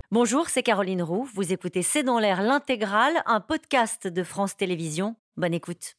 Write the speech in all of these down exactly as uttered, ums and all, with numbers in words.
Bonjour, c'est Caroline Roux. Vous écoutez C'est dans l'air l'intégrale, un podcast de France Télévisions. Bonne écoute.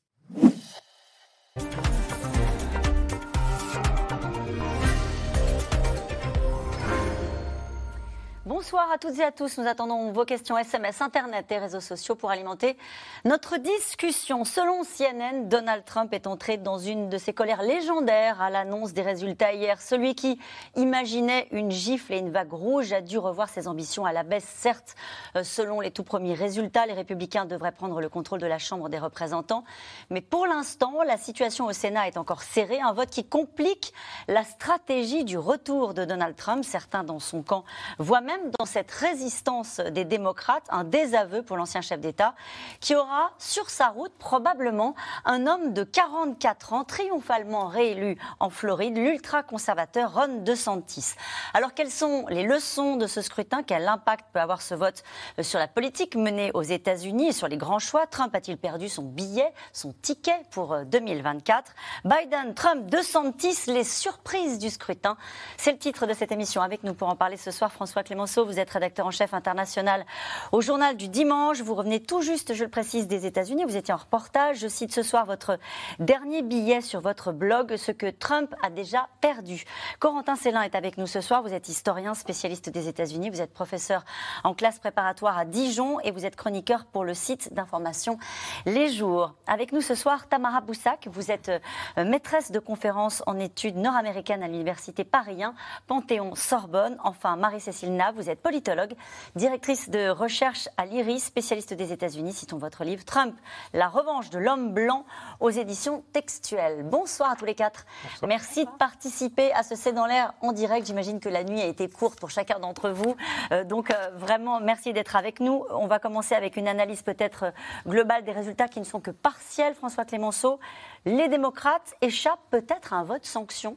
Bonsoir à toutes et à tous. Nous attendons vos questions S M S, Internet et réseaux sociaux pour alimenter notre discussion. Selon C N N, Donald Trump est entré dans une de ses colères légendaires à l'annonce des résultats hier. Celui qui imaginait une gifle et une vague rouge a dû revoir ses ambitions à la baisse. Certes, selon les tout premiers résultats, les Républicains devraient prendre le contrôle de la Chambre des représentants. Mais pour l'instant, la situation au Sénat est encore serrée. Un vote qui complique la stratégie du retour de Donald Trump. Certains dans son camp voient même dans cette résistance des démocrates un désaveu pour l'ancien chef d'État qui aura sur sa route probablement un homme de quarante-quatre ans triomphalement réélu en Floride, l'ultra-conservateur Ron DeSantis. Alors quelles sont les leçons de ce scrutin? Quel impact peut avoir ce vote sur la politique menée aux États-Unis et sur les grands choix? Trump a-t-il perdu son billet, son ticket pour deux mille vingt-quatre? Biden, Trump, DeSantis, les surprises du scrutin. C'est le titre de cette émission. Avec nous pour en parler ce soir, François Clémenceau. Vous êtes rédacteur en chef international au Journal du Dimanche. Vous revenez tout juste, je le précise, des États-Unis. Vous étiez en reportage. Je cite ce soir votre dernier billet sur votre blog, ce que Trump a déjà perdu. Corentin Célin est avec nous ce soir. Vous êtes historien, spécialiste des États-Unis. Vous êtes professeur en classe préparatoire à Dijon et vous êtes chroniqueur pour le site d'information Les Jours. Avec nous ce soir, Tamara Boussac. Vous êtes maîtresse de conférences en études nord-américaines à l'université Paris un, Panthéon-Sorbonne. Enfin, Marie-Cécile Nav. Vous êtes politologue, directrice de recherche à l'I R I, spécialiste des États-Unis. Citons votre livre Trump, la revanche de l'homme blanc aux éditions Textuelles. Bonsoir à tous les quatre. Bonsoir. Merci de participer à ce C'est dans l'air en direct. J'imagine que la nuit a été courte pour chacun d'entre vous. Euh, donc euh, vraiment, merci d'être avec nous. On va commencer avec une analyse peut-être euh, globale des résultats qui ne sont que partiels. François Clémenceau, les démocrates échappent peut-être à un vote sanction?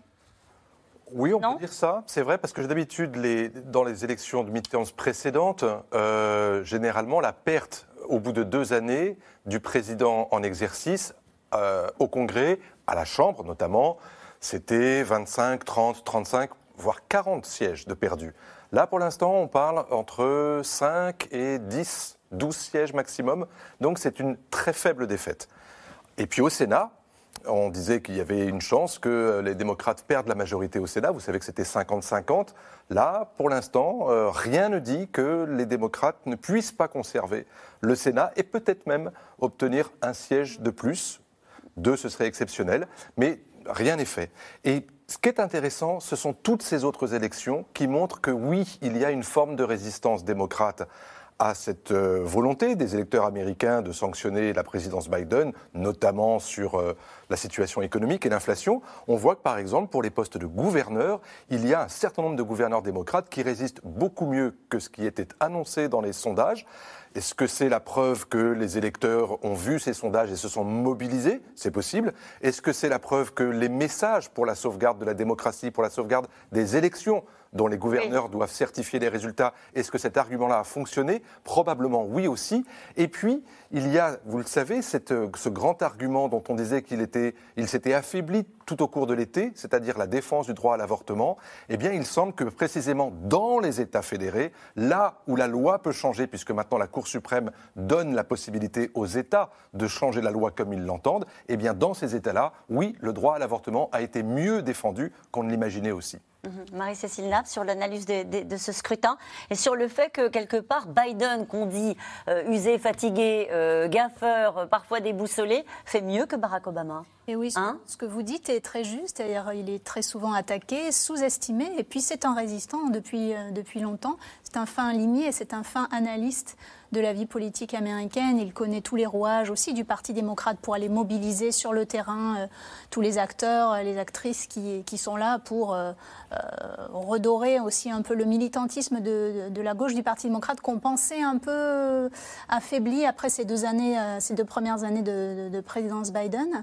Oui, on non peut dire ça, c'est vrai, parce que d'habitude, les, dans les élections de midterms précédentes, euh, généralement, la perte, au bout de deux années, du président en exercice euh, au Congrès, à la Chambre notamment, c'était vingt-cinq, trente, trente-cinq, voire quarante sièges de perdus. Là, pour l'instant, on parle entre cinq et dix, douze sièges maximum, donc c'est une très faible défaite. Et puis au Sénat, on disait qu'il y avait une chance que les démocrates perdent la majorité au Sénat. Vous savez que c'était cinquante cinquante. Là, pour l'instant, euh, rien ne dit que les démocrates ne puissent pas conserver le Sénat et peut-être même obtenir un siège de plus. Deux, ce serait exceptionnel. Mais rien n'est fait. Et ce qui est intéressant, ce sont toutes ces autres élections qui montrent que oui, il y a une forme de résistance démocrate à cette euh, volonté des électeurs américains de sanctionner la présidence Biden, notamment sur euh, la situation économique et l'inflation. On voit que, par exemple, pour les postes de gouverneurs, il y a un certain nombre de gouverneurs démocrates qui résistent beaucoup mieux que ce qui était annoncé dans les sondages. Est-ce que c'est la preuve que les électeurs ont vu ces sondages et se sont mobilisés? C'est possible. Est-ce que c'est la preuve que les messages pour la sauvegarde de la démocratie, pour la sauvegarde des élections, dont les gouverneurs oui. doivent certifier les résultats, est-ce que cet argument-là a fonctionné? Probablement oui aussi. Et puis, il y a, vous le savez, cette, ce grand argument dont on disait qu'il était, il s'était affaibli tout au cours de l'été, c'est-à-dire la défense du droit à l'avortement. Eh bien, il semble que précisément dans les États fédérés, là où la loi peut changer, puisque maintenant la Cour suprême donne la possibilité aux États de changer la loi comme ils l'entendent, eh bien, dans ces États-là, oui, le droit à l'avortement a été mieux défendu qu'on ne l'imaginait aussi. Mmh. Marie-Cécile Nav, sur l'analyse de, de, de ce scrutin et sur le fait que, quelque part, Biden, qu'on dit euh, usé, fatigué, euh, gaffeur, euh, parfois déboussolé, fait mieux que Barack Obama. Et oui, hein ce que vous dites est très juste. D'ailleurs, il est très souvent attaqué, sous-estimé. Et puis, c'est un résistant depuis, euh, depuis longtemps. C'est un fin limier et c'est un fin analyste de la vie politique américaine. Il connaît tous les rouages aussi du Parti démocrate pour aller mobiliser sur le terrain euh, tous les acteurs, les actrices qui, qui sont là pour euh, euh, redorer aussi un peu le militantisme de, de, de la gauche du Parti démocrate qu'on pensait un peu affaibli après ces deux années, euh, ces deux premières années de, de, de présidence Biden.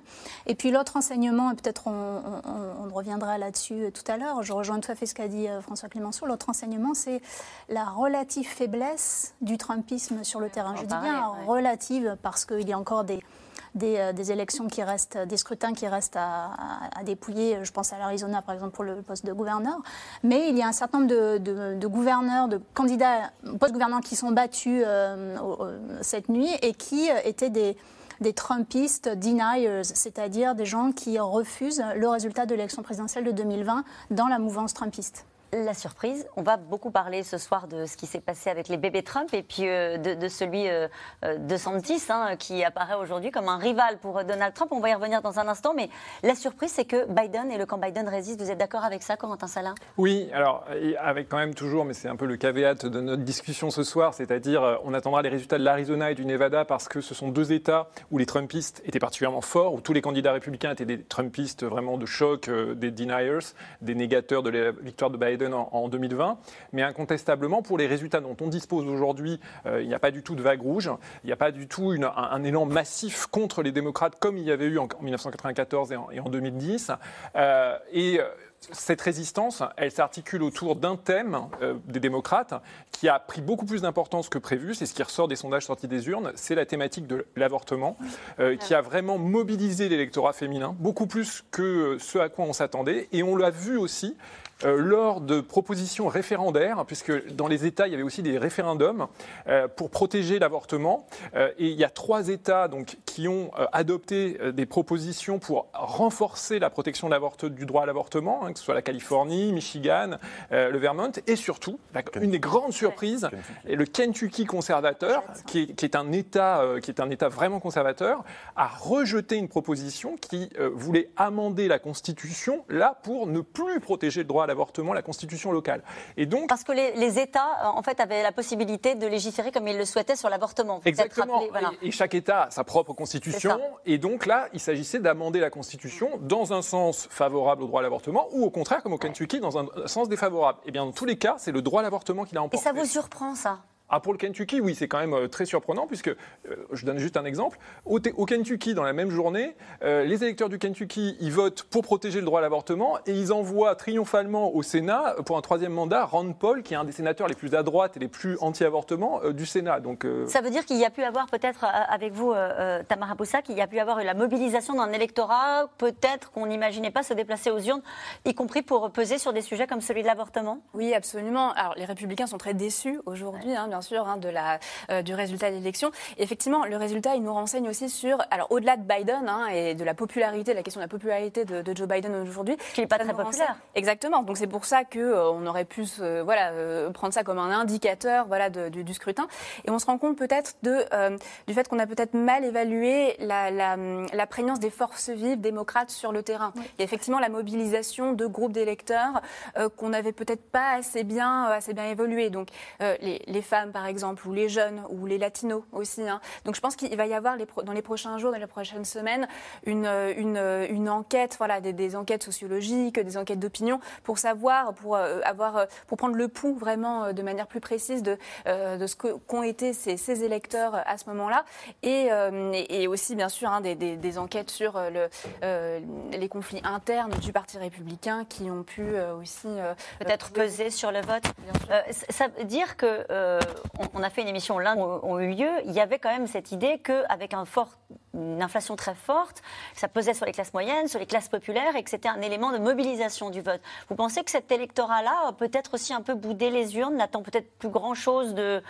Et puis l'autre enseignement, et peut-être on, on, on reviendra là-dessus tout à l'heure, je rejoins tout à fait ce qu'a dit François Clémenceau, l'autre enseignement, c'est la relative faiblesse du trumpisme sur le terrain. Je dis bien ouais. relative parce qu'il y a encore des... Des, des élections qui restent, des scrutins qui restent à, à, à dépouiller. Je pense à l'Arizona, par exemple, pour le poste de gouverneur. Mais il y a un certain nombre de, de, de gouverneurs, de candidats post-gouverneurs qui sont battus euh, cette nuit et qui étaient des, des Trumpistes deniers, c'est-à-dire des gens qui refusent le résultat de l'élection présidentielle de deux mille vingt dans la mouvance trumpiste. La surprise, on va beaucoup parler ce soir de ce qui s'est passé avec les bébés Trump et puis euh, de, de celui euh, de Santis hein, qui apparaît aujourd'hui comme un rival pour Donald Trump. On va y revenir dans un instant, mais la surprise, c'est que Biden et le camp Biden résistent. Vous êtes d'accord avec ça, Corentin Salin ? Oui, alors avec quand même toujours, mais c'est un peu le caveat de notre discussion ce soir, c'est-à-dire on attendra les résultats de l'Arizona et du Nevada parce que ce sont deux États où les Trumpistes étaient particulièrement forts, où tous les candidats républicains étaient des Trumpistes vraiment de choc, euh, des deniers, des négateurs de la victoire de Biden en deux mille vingt, mais incontestablement, pour les résultats dont on dispose aujourd'hui, euh, il n'y a pas du tout de vague rouge, il n'y a pas du tout une, un, un élan massif contre les démocrates comme il y avait eu en, en dix-neuf cent quatre-vingt-quatorze et en, et en deux mille dix. Euh, et cette résistance, elle s'articule autour d'un thème euh, des démocrates qui a pris beaucoup plus d'importance que prévu. C'est ce qui ressort des sondages sortis des urnes. C'est la thématique de l'avortement euh, qui a vraiment mobilisé l'électorat féminin, beaucoup plus que ce à quoi on s'attendait. Et on l'a vu aussi Euh, lors de propositions référendaires, puisque dans les États, il y avait aussi des référendums euh, pour protéger l'avortement. Euh, et il y a trois États donc, qui ont euh, adopté euh, des propositions pour renforcer la protection de l'avort- du droit à l'avortement, hein, que ce soit la Californie, Michigan, euh, le Vermont, et surtout, la, une des grandes surprises, ouais. le Kentucky conservateur, qui est, qui est un État, euh, qui est un État vraiment conservateur, a rejeté une proposition qui euh, voulait amender la Constitution, là, pour ne plus protéger le droit à l'avortement, la constitution locale. Et donc, parce que les, les États, en fait, avaient la possibilité de légiférer comme ils le souhaitaient sur l'avortement. Exactement. Rappelé, voilà. et, et chaque État a sa propre constitution. Et donc là, il s'agissait d'amender la constitution dans un sens favorable au droit à l'avortement ou au contraire, comme au Kentucky, dans un sens défavorable. Et bien, dans tous les cas, c'est le droit à l'avortement qui l'a emporté. Et ça vous surprend, ça ? Ah, pour le Kentucky, oui, c'est quand même euh, très surprenant puisque, euh, je donne juste un exemple, au, au Kentucky, dans la même journée, euh, les électeurs du Kentucky, ils votent pour protéger le droit à l'avortement et ils envoient triomphalement au Sénat, pour un troisième mandat, Rand Paul, qui est un des sénateurs les plus à droite et les plus anti-avortement euh, du Sénat. Donc, euh... Ça veut dire qu'il y a pu avoir, peut-être avec vous, euh, Tamara Poussa, qu'il y a pu avoir la mobilisation d'un électorat, peut-être qu'on n'imaginait pas se déplacer aux urnes, y compris pour peser sur des sujets comme celui de l'avortement ? Oui, absolument. Alors, les Républicains sont très déçus aujourd'hui, hein, bien sûr, hein, de la, euh, du résultat de l'élection. Effectivement, le résultat, il nous renseigne aussi sur, alors au-delà de Biden hein, et de la popularité, la question de la popularité de, de Joe Biden aujourd'hui. Qui n'est pas très populaire. Renseigne... Exactement. Donc c'est pour ça qu'on euh, aurait pu euh, voilà, euh, prendre ça comme un indicateur voilà, de, du, du scrutin. Et on se rend compte peut-être de, euh, du fait qu'on a peut-être mal évalué la, la, la prégnance des forces vives démocrates sur le terrain. Oui. Il y a effectivement la mobilisation de groupes d'électeurs euh, qu'on n'avait peut-être pas assez bien, euh, assez bien évolué. Donc euh, les, les femmes, par exemple, ou les jeunes, ou les latinos aussi. Hein. Donc je pense qu'il va y avoir les pro- dans les prochains jours, dans les prochaines semaines, une, une, une enquête, voilà, des, des enquêtes sociologiques, des enquêtes d'opinion, pour savoir, pour, euh, avoir, pour prendre le pouls vraiment euh, de manière plus précise de, euh, de ce que, qu'ont été ces, ces électeurs à ce moment-là. Et, euh, et aussi, bien sûr, hein, des, des, des enquêtes sur le, euh, les conflits internes du Parti républicain qui ont pu euh, aussi... Euh, peut-être euh, peser sur le vote. Euh, ça veut dire que... Euh, on, on a fait une émission où l'un ont eu lieu, il y avait quand même cette idée qu'avec un fort, une inflation très forte, ça pesait sur les classes moyennes, sur les classes populaires et que c'était un élément de mobilisation du vote. Vous pensez que cet électorat-là a peut-être aussi un peu boudé les urnes, n'attend peut-être plus grand-chose de,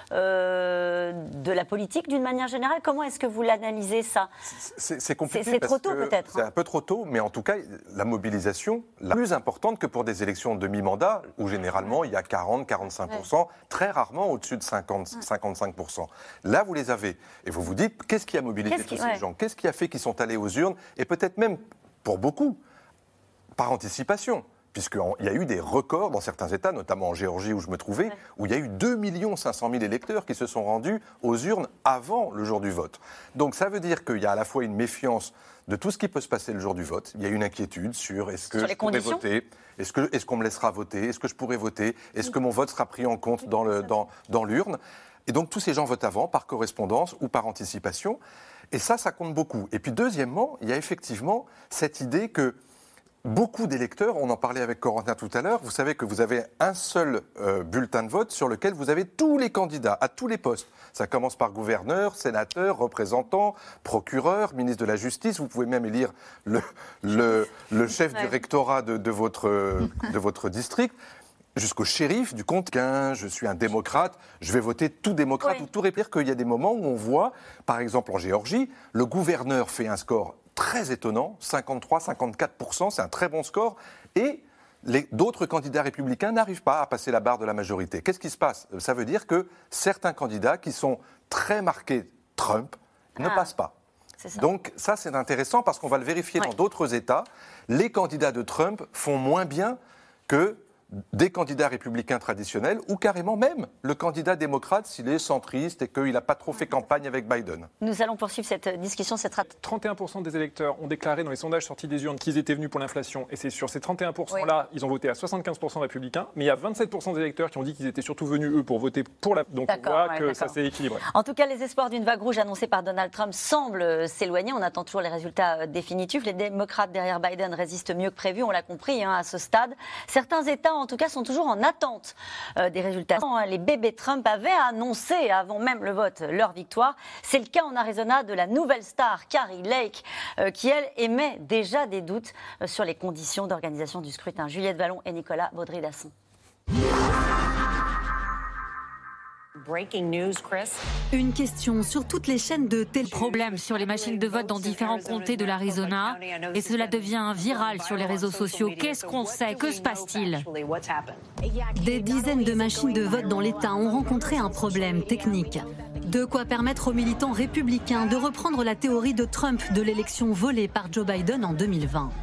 euh, de la politique d'une manière générale ? Comment est-ce que vous l'analysez ça ? C'est, c'est compliqué. C'est, c'est trop tôt peut-être. C'est un peu trop tôt, mais en tout cas, la mobilisation, la plus importante que pour des élections de mi-mandat, où généralement il y a quarante à quarante-cinq pour cent, ouais. très rarement au-dessus de cinquante à cinquante-cinq pour cent. Là, vous les avez. Et vous vous dites, qu'est-ce qui a mobilisé qu'est-ce tous qui, ces ouais. gens ? Qu'est-ce qui a fait qu'ils sont allés aux urnes ? Et peut-être même, pour beaucoup, par anticipation. Puisqu'il y a eu des records dans certains États, notamment en Géorgie où je me trouvais, ouais. où il y a eu deux millions cinq cent mille électeurs qui se sont rendus aux urnes avant le jour du vote. Donc ça veut dire qu'il y a à la fois une méfiance de tout ce qui peut se passer le jour du vote. Il y a une inquiétude sur est-ce que sur je pourrais voter ? Est-ce, que, est-ce qu'on me laissera voter ? Est-ce que je pourrai voter ? Est-ce que mon vote sera pris en compte dans, le, dans, dans l'urne ? Et donc tous ces gens votent avant, par correspondance ou par anticipation. Et ça, ça compte beaucoup. Et puis deuxièmement, il y a effectivement cette idée que beaucoup d'électeurs, on en parlait avec Corentin tout à l'heure, vous savez que vous avez un seul euh, bulletin de vote sur lequel vous avez tous les candidats, à tous les postes. Ça commence par gouverneur, sénateur, représentant, procureur, ministre de la Justice. Vous pouvez même élire le, le, le chef ouais. du rectorat de, de, votre, de votre district. Jusqu'au shérif du compte quinze, je suis un démocrate, je vais voter tout démocrate oui. ou tout républicain. Qu'il y a des moments où on voit, par exemple en Géorgie, le gouverneur fait un score très étonnant, cinquante-trois à cinquante-quatre pour cent, c'est un très bon score, et les, d'autres candidats républicains n'arrivent pas à passer la barre de la majorité. Qu'est-ce qui se passe ? Ça veut dire que certains candidats qui sont très marqués Trump ne ah. passent pas. Ça. Donc ça, c'est intéressant parce qu'on va le vérifier oui. dans d'autres États. Les candidats de Trump font moins bien que des candidats républicains traditionnels ou carrément même le candidat démocrate s'il est centriste et qu'il n'a pas trop fait campagne avec Biden. Nous allons poursuivre cette discussion. Cette... trente et un pour cent des électeurs ont déclaré dans les sondages sortis des urnes qu'ils étaient venus pour l'inflation. Et c'est sur ces trente et un pour cent-là, oui. ils ont voté à soixante-quinze pour cent républicains. Mais il y a vingt-sept pour cent des électeurs qui ont dit qu'ils étaient surtout venus, eux, pour voter pour la... Donc d'accord, on voit ouais, que d'accord. ça s'est équilibré. En tout cas, les espoirs d'une vague rouge annoncée par Donald Trump semblent s'éloigner. On attend toujours les résultats définitifs. Les démocrates derrière Biden résistent mieux que prévu, on l'a compris hein, à ce stade. Certains États, en tout cas, sont toujours en attente euh, des résultats. Les bébés Trump avaient annoncé avant même le vote leur victoire. C'est le cas en Arizona de la nouvelle star Kari Lake euh, qui, elle, émet déjà des doutes euh, sur les conditions d'organisation du scrutin. Juliette Vallon et Nicolas Baudry-Dasson. Breaking news, Chris. Une question sur toutes les chaînes de télé. Problème sur les machines de vote dans différents comtés de l'Arizona et cela devient viral sur les réseaux sociaux. Qu'est-ce qu'on sait? Que se passe-t-il? Des dizaines de machines de vote dans l'État ont rencontré un problème technique. De quoi permettre aux militants républicains de reprendre la théorie de Trump de l'élection volée par Joe Biden en deux mille vingt.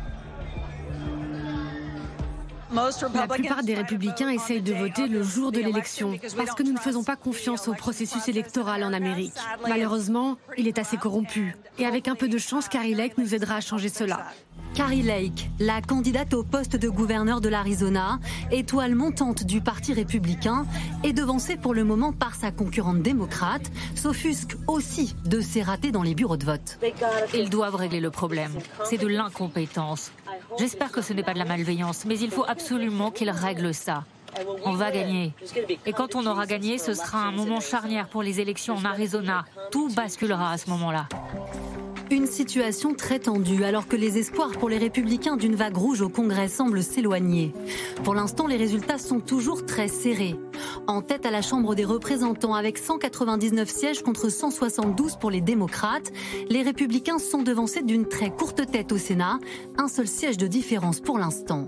La plupart des républicains essayent de voter le jour de l'élection parce que nous ne faisons pas confiance au processus électoral en Amérique. Malheureusement, il est assez corrompu. Et avec un peu de chance, Kari Lake nous aidera à changer cela. Kari Lake, la candidate au poste de gouverneur de l'Arizona, étoile montante du Parti républicain, est devancée pour le moment par sa concurrente démocrate, s'offusque aussi de ses ratés dans les bureaux de vote. Ils doivent régler le problème. C'est de l'incompétence. J'espère que ce n'est pas de la malveillance, mais il faut absolument qu'ils règlent ça. On va gagner. Et quand on aura gagné, ce sera un moment charnière pour les élections en Arizona. Tout basculera à ce moment-là. Une situation très tendue alors que les espoirs pour les républicains d'une vague rouge au Congrès semblent s'éloigner. Pour l'instant, les résultats sont toujours très serrés. En tête à la Chambre des représentants avec cent quatre-vingt-dix-neuf sièges contre cent soixante-douze pour les démocrates, les républicains sont devancés d'une très courte tête au Sénat, un seul siège de différence pour l'instant.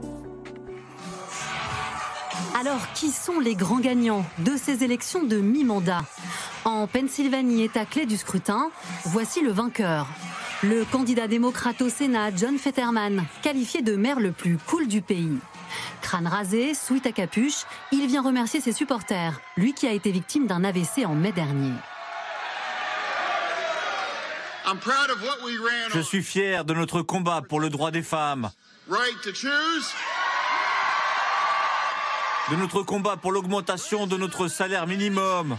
Alors, qui sont les grands gagnants de ces élections de mi-mandat ? En Pennsylvanie, état clé du scrutin, voici le vainqueur. Le candidat démocrate au Sénat, John Fetterman, qualifié de maire le plus cool du pays. Crâne rasé, sweat à capuche, il vient remercier ses supporters, lui qui a été victime d'un A V C en mai dernier. Je suis fier de notre combat pour le droit des femmes. De notre combat pour l'augmentation de notre salaire minimum.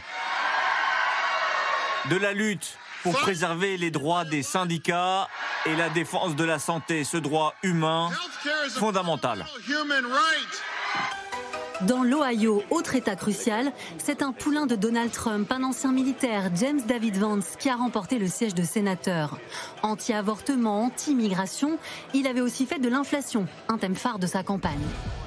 De la lutte pour préserver les droits des syndicats et la défense de la santé, ce droit humain fondamental. Dans l'Ohio, autre état crucial, c'est un poulain de Donald Trump, un ancien militaire, James David Vance, qui a remporté le siège de sénateur. Anti-avortement, anti-immigration, il avait aussi fait de l'inflation, un thème phare de sa campagne.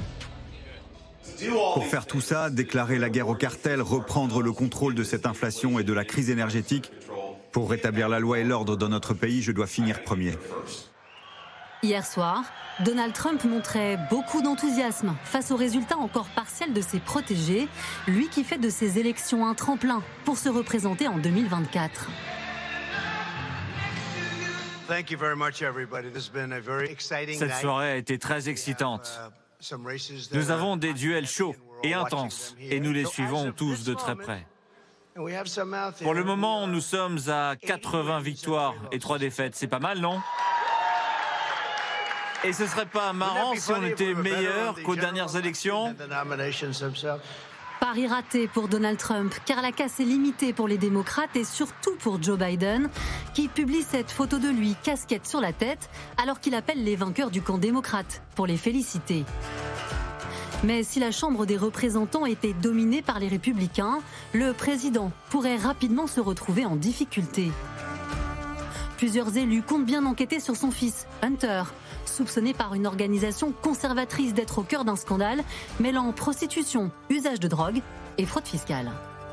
Pour faire tout ça, déclarer la guerre au cartel, reprendre le contrôle de cette inflation et de la crise énergétique, pour rétablir la loi et l'ordre dans notre pays, je dois finir premier. Hier soir, Donald Trump montrait beaucoup d'enthousiasme face aux résultats encore partiels de ses protégés, lui qui fait de ces élections un tremplin pour se représenter en deux mille vingt-quatre. Cette soirée a été très excitante. Nous avons des duels chauds et intenses et nous les suivons tous de très près. Pour le moment, nous sommes à quatre-vingts victoires et trois défaites. C'est pas mal, non? Et ce serait pas marrant si on était meilleur qu'aux dernières élections? Pari raté pour Donald Trump, car la casse est limitée pour les démocrates et surtout pour Joe Biden, qui publie cette photo de lui, casquette sur la tête, alors qu'il appelle les vainqueurs du camp démocrate pour les féliciter. Mais si la Chambre des représentants était dominée par les républicains, le président pourrait rapidement se retrouver en difficulté. Plusieurs élus comptent bien enquêter sur son fils, Hunter, soupçonné par une organisation conservatrice d'être au cœur d'un scandale mêlant prostitution, usage de drogue et fraude fiscale.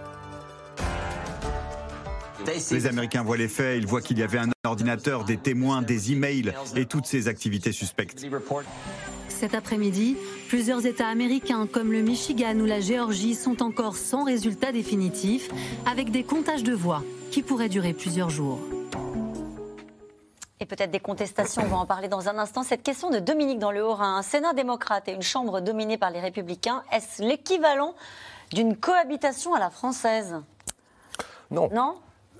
Les Américains voient les faits, ils voient qu'il y avait un ordinateur, des témoins, des emails et toutes ces activités suspectes. Cet après-midi, plusieurs États américains comme le Michigan ou la Géorgie sont encore sans résultat définitif, avec des comptages de voix qui pourraient durer plusieurs jours. Et peut-être des contestations, on va en parler dans un instant. Cette question de Dominique dans le Haut-Rhin, un Sénat démocrate et une Chambre dominée par les Républicains, est-ce l'équivalent d'une cohabitation à la française ? Non. Non ?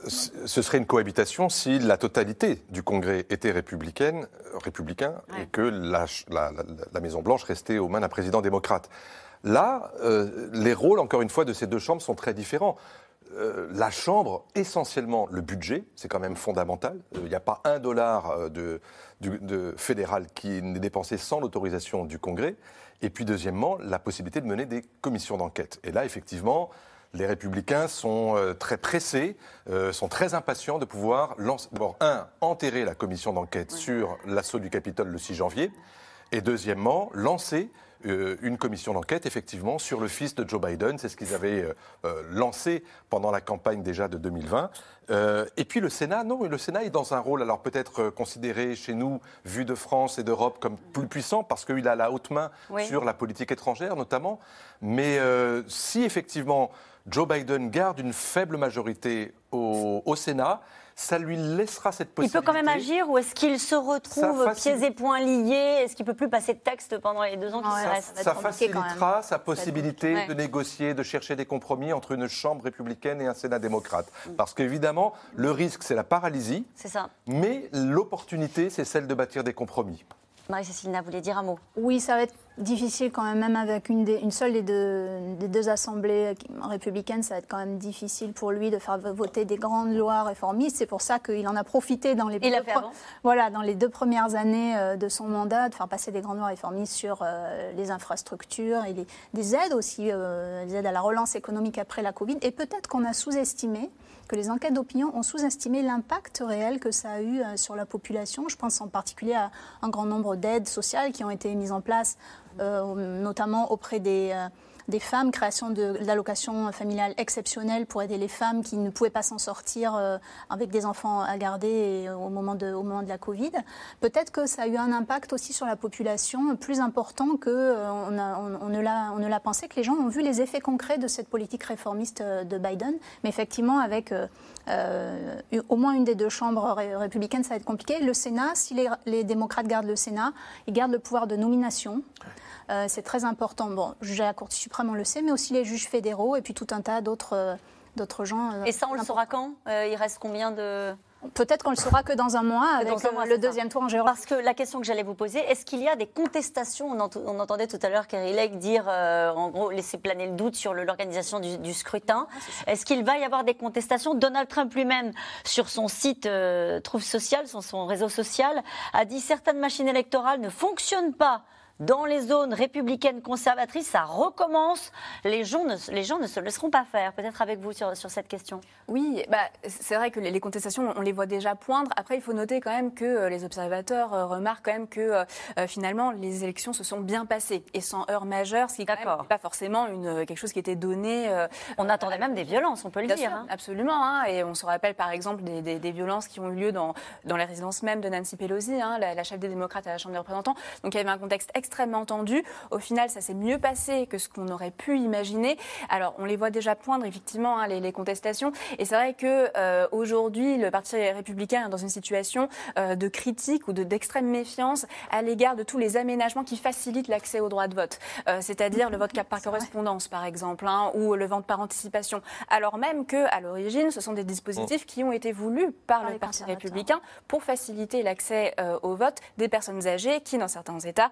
Ce serait une cohabitation si la totalité du Congrès était républicaine, républicain ouais. et que la, la, la, la Maison-Blanche restait aux mains d'un président démocrate. Là, euh, les rôles, encore une fois, de ces deux chambres sont très différents. Euh, la Chambre, essentiellement le budget, c'est quand même fondamental. Il euh, n'y a pas un dollar de, de, de fédéral qui n'est dépensé sans l'autorisation du Congrès. Et puis, deuxièmement, la possibilité de mener des commissions d'enquête. Et là, effectivement, les Républicains sont euh, très pressés, euh, sont très impatients de pouvoir, lancer, d'abord, un, enterrer la commission d'enquête oui. sur l'assaut du Capitole le six janvier, et deuxièmement, lancer euh, une commission d'enquête, effectivement, sur le fils de Joe Biden. C'est ce qu'ils avaient euh, euh, lancé pendant la campagne déjà de deux mille vingt. Euh, et puis le Sénat, non, le Sénat est dans un rôle, alors peut-être euh, considéré chez nous, vu de France et d'Europe, comme plus puissant, parce qu'il a la haute main oui. sur la politique étrangère, notamment. Mais euh, si, effectivement, Joe Biden garde une faible majorité au, au Sénat, ça lui laissera cette possibilité. Il peut quand même agir ou est-ce qu'il se retrouve pieds et poings liés ? Est-ce qu'il ne peut plus passer de texte pendant les deux ans qui ça, restent ? Ça facilitera sa possibilité ouais. de négocier, de chercher des compromis entre une Chambre républicaine et un Sénat démocrate. Mm. Parce qu'évidemment, le risque, c'est la paralysie. C'est ça. Mais l'opportunité, c'est celle de bâtir des compromis. Marie-Cécile Na voulait dire un mot. Oui, ça va être difficile quand même, même avec une, des, une seule des deux, des deux assemblées républicaines, ça va être quand même difficile pour lui de faire voter des grandes lois réformistes. C'est pour ça qu'il en a profité dans les, deux, pro- voilà, dans les deux premières années de son mandat de faire passer des grandes lois réformistes sur euh, les infrastructures et les, des aides aussi, euh, des aides à la relance économique après la Covid. Et peut-être qu'on a sous-estimé que les enquêtes d'opinion ont sous-estimé l'impact réel que ça a eu sur la population. Je pense en particulier à un grand nombre d'aides sociales qui ont été mises en place, euh, notamment auprès des, euh, des femmes, création de l'allocation familiale exceptionnelle pour aider les femmes qui ne pouvaient pas s'en sortir euh, avec des enfants à garder et, au, moment de, au moment de la Covid. Peut-être que ça a eu un impact aussi sur la population plus important qu'on euh, on, on, ne l'a, on ne l'a pensé, que les gens ont vu les effets concrets de cette politique réformiste de Biden. Mais effectivement, avec euh, euh, au moins une des deux chambres ré- républicaines, ça va être compliqué. Le Sénat, si les, les démocrates gardent le Sénat, ils gardent le pouvoir de nomination. Euh, c'est très important. Bon, le juge à la Cour suprême, on le sait, mais aussi les juges fédéraux et puis tout un tas d'autres, euh, d'autres gens. Euh, et ça, on le saura quand ? euh, Il reste combien de... Peut-être qu'on le saura que dans un mois, avec dans un mois, le deuxième tour en Géorgie. Parce que la question que j'allais vous poser, est-ce qu'il y a des contestations ? On, ent- on entendait tout à l'heure Kari Lake dire, euh, en gros, laisser planer le doute sur le, l'organisation du, du scrutin. Ah, est-ce qu'il va y avoir des contestations ? Donald Trump lui-même, sur son site euh, Truth Social, sur son réseau social, a dit certaines machines électorales ne fonctionnent pas dans les zones républicaines conservatrices, ça recommence. Les gens ne, les gens ne se laisseront pas faire. Peut-être avec vous sur, sur cette question. Oui, bah, c'est vrai que les, les contestations, on les voit déjà poindre. Après, il faut noter quand même que euh, les observateurs euh, remarquent quand même que euh, finalement, les élections se sont bien passées et sans heurts majeurs, ce qui n'est pas forcément une, quelque chose qui était donné. Euh, on attendait même des violences, on peut le bien dire. Sûr, hein. Absolument. Hein, et on se rappelle par exemple des, des, des violences qui ont eu lieu dans, dans la résidence même de Nancy Pelosi, hein, la, la chef des démocrates à la Chambre des représentants. Donc il y avait un contexte extrêmement tendu. Au final, ça s'est mieux passé que ce qu'on aurait pu imaginer. Alors, on les voit déjà poindre, effectivement, hein, les, les contestations. Et c'est vrai que euh, aujourd'hui, le Parti républicain est dans une situation euh, de critique ou de, d'extrême méfiance à l'égard de tous les aménagements qui facilitent l'accès au droit de vote. Euh, c'est-à-dire le vote par correspondance, par exemple, hein, ou le vote par anticipation. Alors même qu'à l'origine, ce sont des dispositifs qui ont été voulus par, par le Parti républicain pour faciliter l'accès euh, au vote des personnes âgées qui, dans certains États, vont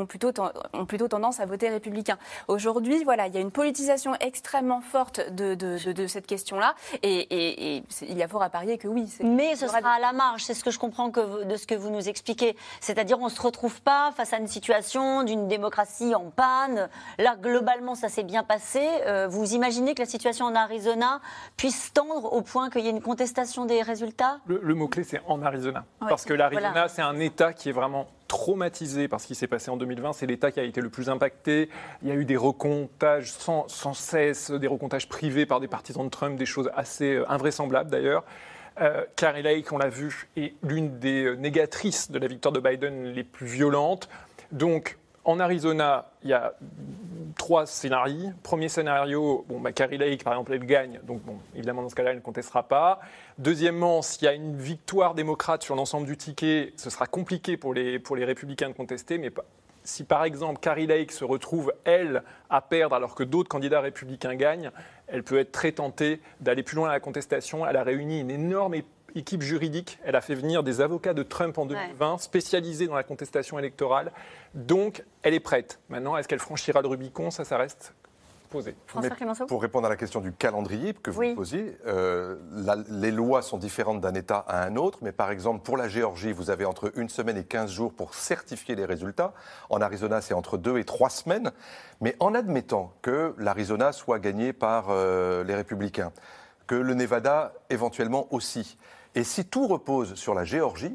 plutôt, ont plutôt tendance à voter républicain. Aujourd'hui, voilà, il y a une politisation extrêmement forte de, de, de, de cette question-là, et, et, et il y a fort à parier que oui. Mais ce sera à la marge, c'est ce que je comprends que, de ce que vous nous expliquez. C'est-à-dire on ne se retrouve pas face à une situation d'une démocratie en panne. Là, globalement, ça s'est bien passé. Euh, vous imaginez que la situation en Arizona puisse tendre au point qu'il y ait une contestation des résultats ? Le, le mot-clé, c'est en Arizona. Ouais, parce que l'Arizona, voilà. c'est un État qui est vraiment traumatisé par ce qui s'est passé en deux mille vingt. C'est l'État qui a été le plus impacté. Il y a eu des recomptages sans, sans cesse, des recomptages privés par des partisans de Trump, des choses assez invraisemblables d'ailleurs. Euh, Kari Lake, on l'a vu, est l'une des négatrices de la victoire de Biden les plus violentes. Donc, en Arizona, il y a trois scénarios. Premier scénario, bon, bah, Kari Lake, par exemple, elle gagne. Donc, bon, évidemment, dans ce cas-là, elle ne contestera pas. Deuxièmement, s'il y a une victoire démocrate sur l'ensemble du ticket, ce sera compliqué pour les, pour les républicains de contester. Mais si, par exemple, Kari Lake se retrouve, elle, à perdre alors que d'autres candidats républicains gagnent, elle peut être très tentée d'aller plus loin dans la contestation. Elle a réuni une énorme équipe juridique. Elle a fait venir des avocats de Trump en deux mille vingt, ouais. spécialisés dans la contestation électorale. Donc, elle est prête. Maintenant, est-ce qu'elle franchira le Rubicon ? Ça, ça reste posé. Pour répondre à la question du calendrier que vous oui. posiez, euh, la, les lois sont différentes d'un État à un autre. Mais par exemple, pour la Géorgie, vous avez entre une semaine et quinze jours pour certifier les résultats. En Arizona, c'est entre deux et trois semaines. Mais en admettant que l'Arizona soit gagné par euh, les républicains, que le Nevada éventuellement aussi, et si tout repose sur la Géorgie,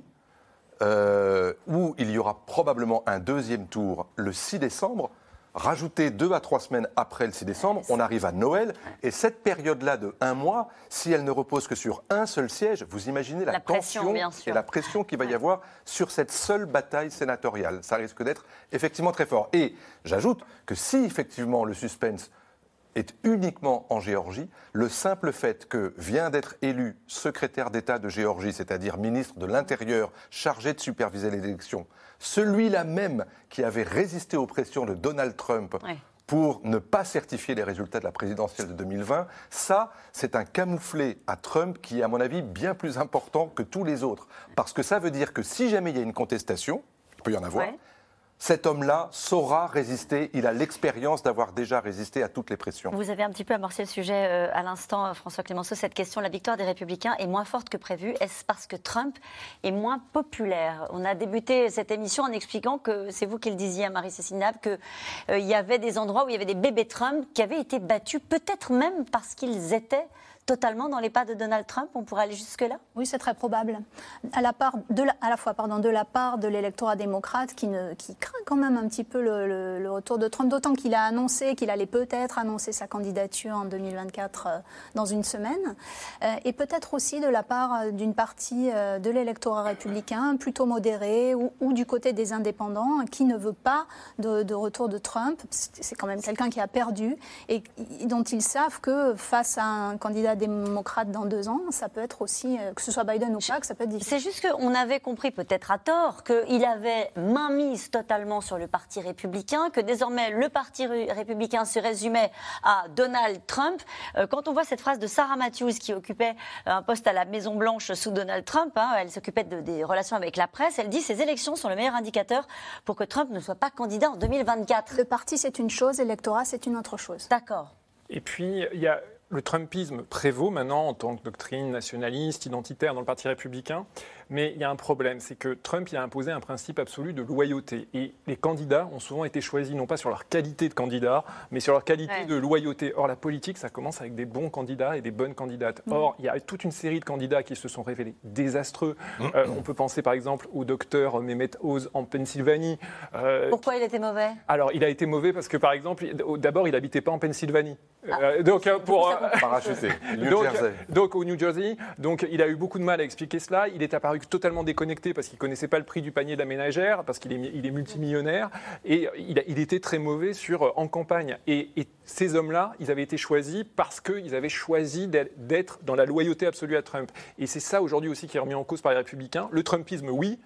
euh, où il y aura probablement un deuxième tour le six décembre, rajouter deux à trois semaines après le six décembre, on arrive à Noël. Et cette période-là de un mois, si elle ne repose que sur un seul siège, vous imaginez la, la tension et la pression qu'il va y avoir sur cette seule bataille sénatoriale. Ça risque d'être effectivement très fort. Et j'ajoute que si effectivement le suspense est uniquement en Géorgie, le simple fait que vient d'être élu secrétaire d'État de Géorgie, c'est-à-dire ministre de l'Intérieur chargé de superviser les élections, celui-là même qui avait résisté aux pressions de Donald Trump ouais. pour ne pas certifier les résultats de la présidentielle de deux mille vingt, ça, c'est un camouflet à Trump qui est, à mon avis, bien plus important que tous les autres. Parce que ça veut dire que si jamais il y a une contestation, il peut y en avoir, ouais. cet homme-là saura résister, il a l'expérience d'avoir déjà résisté à toutes les pressions. Vous avez un petit peu amorcé le sujet euh, à l'instant, François Clémenceau, cette question, la victoire des Républicains est moins forte que prévu. Est-ce parce que Trump est moins populaire ? On a débuté cette émission en expliquant que, c'est vous qui le disiez à Marie-Cécile Nab, qu'il euh, y avait des endroits où il y avait des bébés Trump qui avaient été battus, peut-être même parce qu'ils étaient totalement dans les pas de Donald Trump, on pourrait aller jusque-là ? Oui, c'est très probable. À la, part de la, à la fois pardon, de la part de l'électorat démocrate qui, ne, qui craint quand même un petit peu le, le, le retour de Trump, d'autant qu'il a annoncé qu'il allait peut-être annoncer sa candidature en deux mille vingt-quatre euh, dans une semaine, euh, et peut-être aussi de la part d'une partie euh, de l'électorat républicain plutôt modéré ou, ou du côté des indépendants qui ne veut pas de, de retour de Trump. C'est quand même quelqu'un qui a perdu et, et dont ils savent que face à un candidat démocrate dans deux ans, ça peut être aussi, que ce soit Biden ou pas, que ça peut être difficile. C'est juste qu'on avait compris, peut-être à tort, qu'il avait mainmise totalement sur le Parti républicain, que désormais le Parti républicain se résumait à Donald Trump. Quand on voit cette phrase de Sarah Matthews, qui occupait un poste à la Maison-Blanche sous Donald Trump, hein, elle s'occupait de, des relations avec la presse, elle dit « Ces élections sont le meilleur indicateur pour que Trump ne soit pas candidat en deux mille vingt-quatre ». Le parti, c'est une chose, l'électorat, c'est une autre chose. D'accord. Et puis, il y a... Le Trumpisme prévaut maintenant en tant que doctrine nationaliste, identitaire dans le Parti républicain. Mais il y a un problème, c'est que Trump il a imposé un principe absolu de loyauté. Et les candidats ont souvent été choisis non pas sur leur qualité de candidat, mais sur leur qualité ouais. de loyauté. Or, la politique, ça commence avec des bons candidats et des bonnes candidates. Mmh. Or, il y a toute une série de candidats qui se sont révélés désastreux. Mmh. Euh, on peut penser par exemple au docteur Mehmet Oz en Pennsylvanie. Euh, Pourquoi il était mauvais ? Alors, il a été mauvais parce que par exemple, d'abord, il n'habitait pas en Pennsylvanie. Ah. Euh, donc, pour... Parachuté, New donc, Jersey. Donc, au New Jersey. Donc, il a eu beaucoup de mal à expliquer cela. Il est apparu totalement déconnecté parce qu'il ne connaissait pas le prix du panier de la ménagère, parce qu'il est, il est multimillionnaire. Et il, a, il était très mauvais sur, en campagne. Et, et ces hommes-là, ils avaient été choisis parce qu'ils avaient choisi d'être dans la loyauté absolue à Trump. Et c'est ça aujourd'hui aussi qui est remis en cause par les républicains. Le Trumpisme, oui.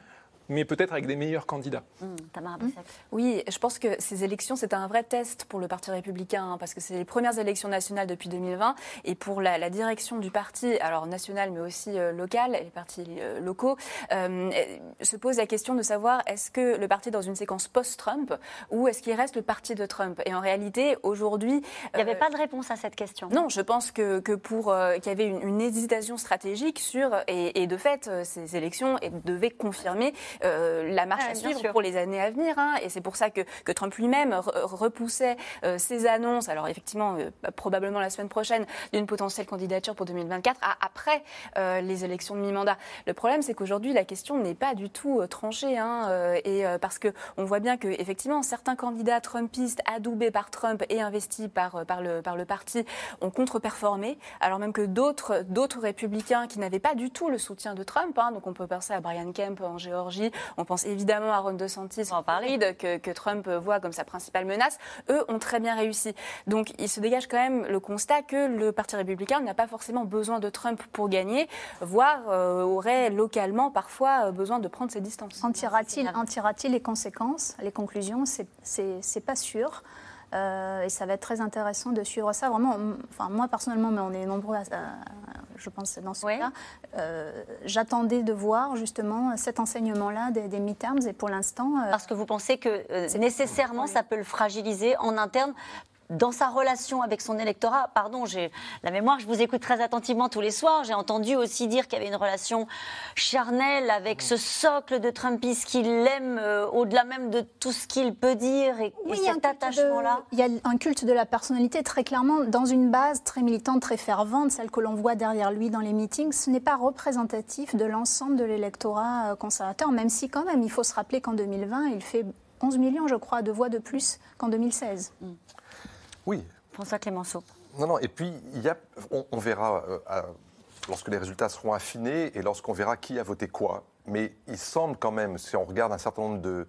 mais peut-être avec des meilleurs candidats. Mmh, Tamara Bossac. Mmh. Oui, je pense que ces élections, c'est un vrai test pour le Parti républicain, hein, parce que c'est les premières élections nationales depuis deux mille vingt, et pour la, la direction du parti, alors national mais aussi euh, local, les partis euh, locaux, euh, se pose la question de savoir est-ce que le parti est dans une séquence post-Trump ou est-ce qu'il reste le parti de Trump. Et en réalité, aujourd'hui... Il n'y avait euh, pas de réponse à cette question. Non, je pense que, que pour euh, qu'il y avait une, une hésitation stratégique sur... Et, et de fait, euh, ces élections devaient confirmer euh, la marche ouais, à suivre sûr. pour les années à venir. Hein, et c'est pour ça que, que Trump lui-même re- repoussait euh, ses annonces, alors effectivement, euh, probablement la semaine prochaine, d'une potentielle candidature pour deux mille vingt-quatre, à, après euh, les élections de mi-mandat. Le problème, c'est qu'aujourd'hui, la question n'est pas du tout euh, tranchée. Hein, euh, et euh, parce qu'on voit bien qu'effectivement, certains candidats trumpistes adoubés par Trump et investis par, par, le, par le parti ont contre-performé, alors même que d'autres, d'autres républicains qui n'avaient pas du tout le soutien de Trump, hein, donc on peut penser à Brian Kemp en Géorgie, on pense évidemment à Ron DeSantis en Floride, que, que Trump voit comme sa principale menace, eux ont très bien réussi. Donc il se dégage quand même le constat que le Parti républicain n'a pas forcément besoin de Trump pour gagner, voire euh, aurait localement parfois besoin de prendre ses distances. En tirera-t-il, en tirera-t-il les conséquences, les conclusions? C'est, c'est, c'est pas sûr. Euh, et ça va être très intéressant de suivre ça. Vraiment, enfin, moi personnellement, mais on est nombreux, à, à, je pense, dans ce oui. cas, euh, j'attendais de voir justement cet enseignement-là des, des midterms. Et pour l'instant... Euh, Parce que vous pensez que euh, nécessairement, ça peut le fragiliser en interne dans sa relation avec son électorat. Pardon, j'ai la mémoire, je vous écoute très attentivement tous les soirs. J'ai entendu aussi dire qu'il y avait une relation charnelle avec ce socle de Trumpistes qui l'aime euh, au-delà même de tout ce qu'il peut dire. Et, oui, et cet attachement-là. Il y a un culte de la personnalité très clairement dans une base très militante, très fervente, celle que l'on voit derrière lui dans les meetings. Ce n'est pas représentatif de l'ensemble de l'électorat conservateur, même si quand même, il faut se rappeler qu'en deux mille vingt, il fait onze millions, je crois, de voix de plus qu'en deux mille seize. Mm. Oui. François Clémenceau. Non, non, et puis il y a, on, on verra euh, à, lorsque les résultats seront affinés et lorsqu'on verra qui a voté quoi. Mais il semble quand même, si on regarde un certain nombre de,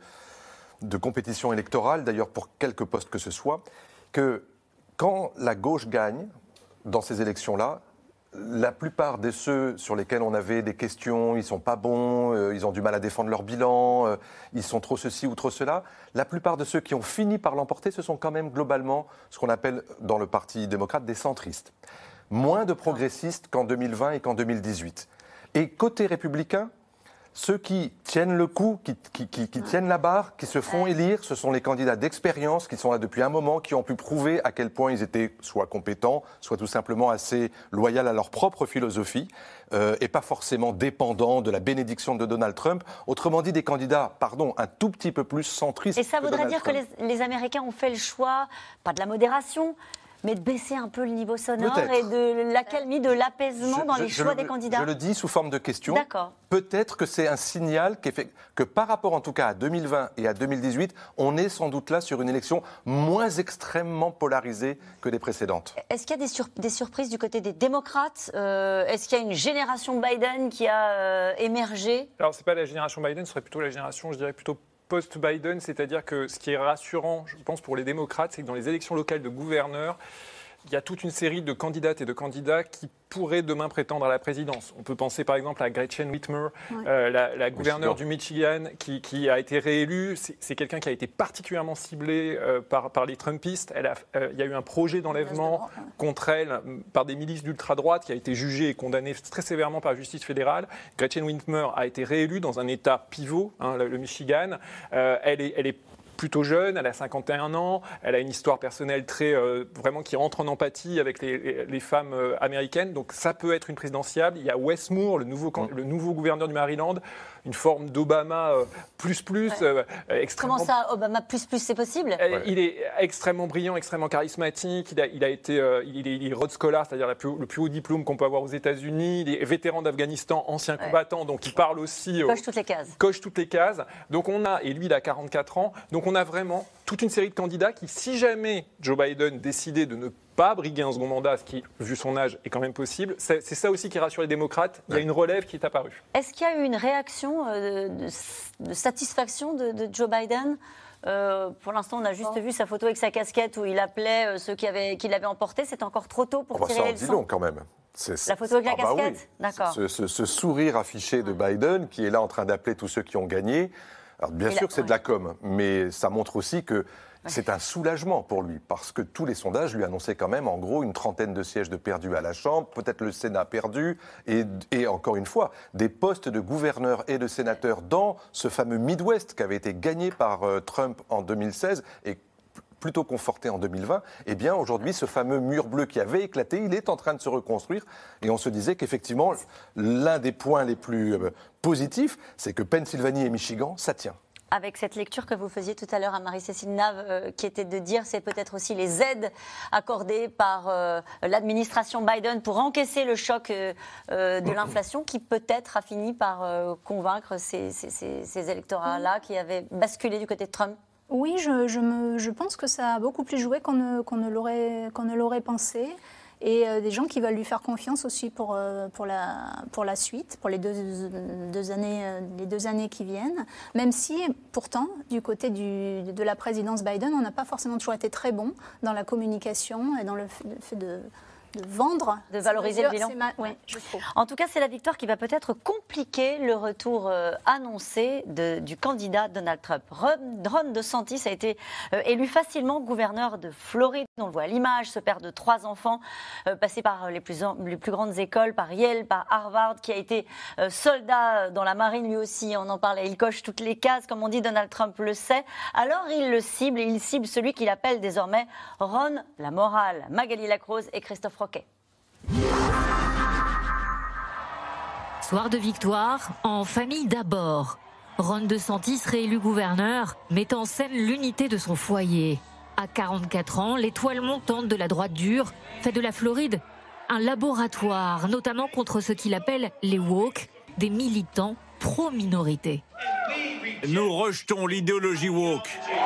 de compétitions électorales, d'ailleurs pour quelques postes que ce soit, que quand la gauche gagne dans ces élections-là, la plupart de ceux sur lesquels on avait des questions, ils ne sont pas bons, euh, ils ont du mal à défendre leur bilan, euh, ils sont trop ceci ou trop cela, la plupart de ceux qui ont fini par l'emporter, ce sont quand même globalement ce qu'on appelle dans le Parti démocrate des centristes. Moins de progressistes qu'en deux mille vingt et qu'en deux mille dix-huit. Et côté républicain, ceux qui tiennent le coup, qui, qui, qui, qui tiennent la barre, qui se font élire, ce sont les candidats d'expérience qui sont là depuis un moment, qui ont pu prouver à quel point ils étaient soit compétents, soit tout simplement assez loyaux à leur propre philosophie, euh, et pas forcément dépendants de la bénédiction de Donald Trump. Autrement dit, des candidats, pardon, un tout petit peu plus centristes. Et ça voudrait dire Trump. que les, les Américains ont fait le choix, pas de la modération, mais de baisser un peu le niveau sonore Peut-être. et de l'accalmie, de l'apaisement je, dans je, les je choix le, des candidats. Je le dis sous forme de question. D'accord. Peut-être que c'est un signal que par rapport en tout cas à deux mille vingt et à deux mille dix-huit, on est sans doute là sur une élection moins extrêmement polarisée que les précédentes. Est-ce qu'il y a des, sur, des surprises du côté des démocrates euh, Est-ce qu'il y a une génération Biden qui a euh, émergé? Alors, ce n'est pas la génération Biden, ce serait plutôt la génération, je dirais, plutôt post-Biden, c'est-à-dire que ce qui est rassurant, je pense, pour les démocrates, c'est que dans les élections locales de gouverneurs, il y a toute une série de candidates et de candidats qui pourraient demain prétendre à la présidence. On peut penser par exemple à Gretchen Whitmer, ouais. euh, la, la gouverneure du Michigan, qui, qui a été réélue. C'est, c'est quelqu'un qui a été particulièrement ciblé euh, par, par les Trumpistes. Elle a, euh, il y a eu un projet d'enlèvement contre elle par des milices d'ultra-droite qui a été jugé et condamné très sévèrement par la justice fédérale. Gretchen Whitmer a été réélue dans un État pivot, hein, le, le Michigan. Euh, elle est, elle est plutôt jeune, elle a cinquante et un ans, elle a une histoire personnelle très euh, vraiment qui entre en empathie avec les, les, les femmes euh, américaines, donc ça peut être une présidentiable. Il y a Wes Moore, le nouveau, mmh. le nouveau gouverneur du Maryland, une forme d'Obama euh, plus plus. Ouais. Euh, extrêmement... Comment ça, Obama plus plus, c'est possible? euh, Il est extrêmement brillant, extrêmement charismatique. Il a, il a été, euh, il est, il est Rhodes Scholar, c'est-à-dire la plus, le plus haut diplôme qu'on peut avoir aux États-Unis. Il est vétéran d'Afghanistan, ancien ouais. combattant, donc il parle aussi. Il coche euh, toutes les cases. Coche toutes les cases. Donc on a, et lui il a quarante-quatre ans, donc on a vraiment toute une série de candidats qui, si jamais Joe Biden décidait de ne pas briguer un second mandat, ce qui, vu son âge, est quand même possible, c'est, c'est ça aussi qui rassure les démocrates. Il y a une relève qui est apparue. Est-ce qu'il y a eu une réaction euh, de, de satisfaction de, de Joe Biden? Euh, pour l'instant, on a juste oh. vu sa photo avec sa casquette où il appelait euh, ceux qui, avaient, qui l'avaient emporté. C'est encore trop tôt pour oh bah tirer ça les en dit leçons. long quand même. C'est, la photo avec la ah bah casquette, oui. d'accord. Ce, ce, ce sourire affiché de Biden qui est là en train d'appeler tous ceux qui ont gagné. Alors bien Et sûr la... que c'est ouais. de la com, mais ça montre aussi que c'est un soulagement pour lui, parce que tous les sondages lui annonçaient quand même, en gros, une trentaine de sièges de perdus à la Chambre, peut-être le Sénat perdu, et, et encore une fois, des postes de gouverneurs et de sénateurs dans ce fameux Midwest qui avait été gagné par euh, Trump en deux mille seize et plutôt conforté en deux mille vingt, eh bien aujourd'hui, ce fameux mur bleu qui avait éclaté, il est en train de se reconstruire. Et on se disait qu'effectivement, l'un des points les plus euh, positifs, c'est que Pennsylvanie et Michigan, ça tient. Avec cette lecture que vous faisiez tout à l'heure à Marie-Cécile Nave, euh, qui était de dire c'est peut-être aussi les aides accordées par euh, l'administration Biden pour encaisser le choc euh, euh, de l'inflation qui peut-être a fini par euh, convaincre ces, ces, ces, ces électorats-là qui avaient basculé du côté de Trump. Oui, je, je, me, je pense que ça a beaucoup plus joué qu'on ne, qu'on ne, l'aurait, qu'on ne l'aurait pensé. Et euh, des gens qui veulent lui faire confiance aussi pour, euh, pour, la, pour la suite, pour les deux, deux années, euh, les deux années qui viennent. Même si, pourtant, du côté du, de la présidence Biden, on n'a pas forcément toujours été très bon dans la communication et dans le fait, le fait de... de vendre, de valoriser le bilan. Ma... Oui, je trouve. En tout cas, c'est la victoire qui va peut-être compliquer le retour euh, annoncé de, du candidat Donald Trump. Ron, Ron DeSantis a été euh, élu facilement gouverneur de Floride. On le voit à l'image, ce père de trois enfants, euh, passé par les plus, les plus grandes écoles, par Yale, par Harvard, qui a été euh, soldat dans la marine lui aussi. On en parlait. Il coche toutes les cases, comme on dit. Donald Trump le sait. Alors il le cible et il cible celui qu'il appelle désormais Ron la morale. Magali Lacrose et Christophe Roquet. Soir de victoire, en famille d'abord. Ron DeSantis réélu gouverneur, met en scène l'unité de son foyer. À quarante-quatre ans, l'étoile montante de la droite dure fait de la Floride un laboratoire, notamment contre ce qu'il appelle les woke, des militants pro-minorité. Nous rejetons l'idéologie woke.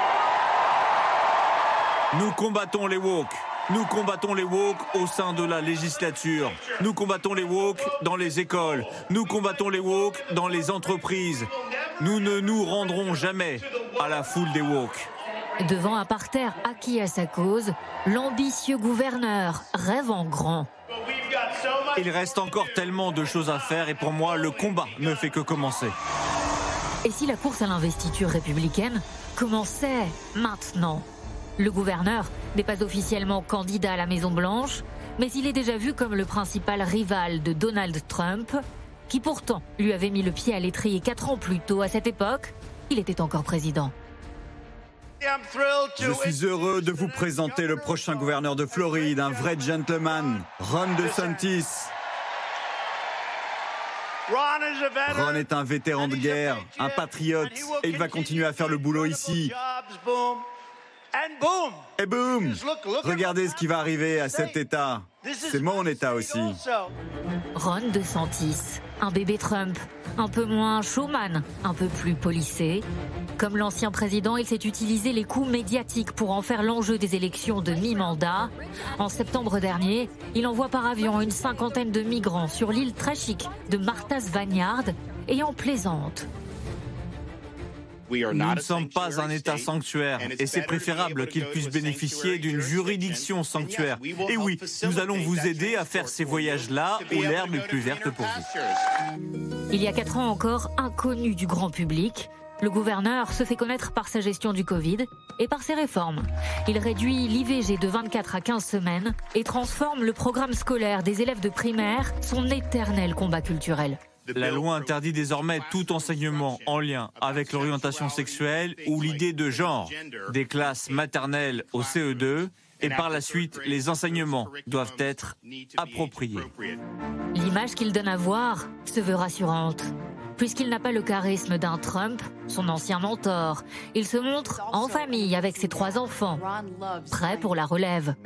Nous combattons les woke. Nous combattons les woke au sein de la législature. Nous combattons les woke dans les écoles. Nous combattons les woke dans les entreprises. Nous ne nous rendrons jamais à la foule des woke. Devant un parterre acquis à sa cause, l'ambitieux gouverneur rêve en grand. Il reste encore tellement de choses à faire et pour moi, le combat ne fait que commencer. Et si la course à l'investiture républicaine commençait maintenant ? Le gouverneur n'est pas officiellement candidat à la Maison-Blanche, mais il est déjà vu comme le principal rival de Donald Trump, qui pourtant lui avait mis le pied à l'étrier quatre ans plus tôt. À cette époque, il était encore président. Je suis heureux de vous présenter le prochain gouverneur de Floride, un vrai gentleman, Ron DeSantis. Ron est un vétéran de guerre, un patriote, et il va continuer à faire le boulot ici. Et boum! Regardez ce qui va arriver à cet État. C'est mon État aussi. Ron DeSantis, un bébé Trump, un peu moins showman, un peu plus policé. Comme l'ancien président, il s'est utilisé les coups médiatiques pour en faire l'enjeu des élections de mi-mandat. En septembre dernier, il envoie par avion une cinquantaine de migrants sur l'île très chic de Martha's Vineyard et en plaisante. Nous ne sommes pas un État sanctuaire et c'est préférable qu'ils puissent bénéficier d'une juridiction sanctuaire. Et oui, nous allons vous aider à faire ces voyages-là où l'herbe est plus verte pour vous. Il y a quatre ans encore, inconnu du grand public, le gouverneur se fait connaître par sa gestion du Covid et par ses réformes. Il réduit l'I V G de vingt-quatre à quinze semaines et transforme le programme scolaire des élèves de primaire, son éternel combat culturel. La loi interdit désormais tout enseignement en lien avec l'orientation sexuelle ou l'idée de genre, des classes maternelles au C E deux, et par la suite, les enseignements doivent être appropriés. L'image qu'il donne à voir se veut rassurante. Puisqu'il n'a pas le charisme d'un Trump, son ancien mentor, il se montre en famille avec ses trois enfants, prêt pour la relève.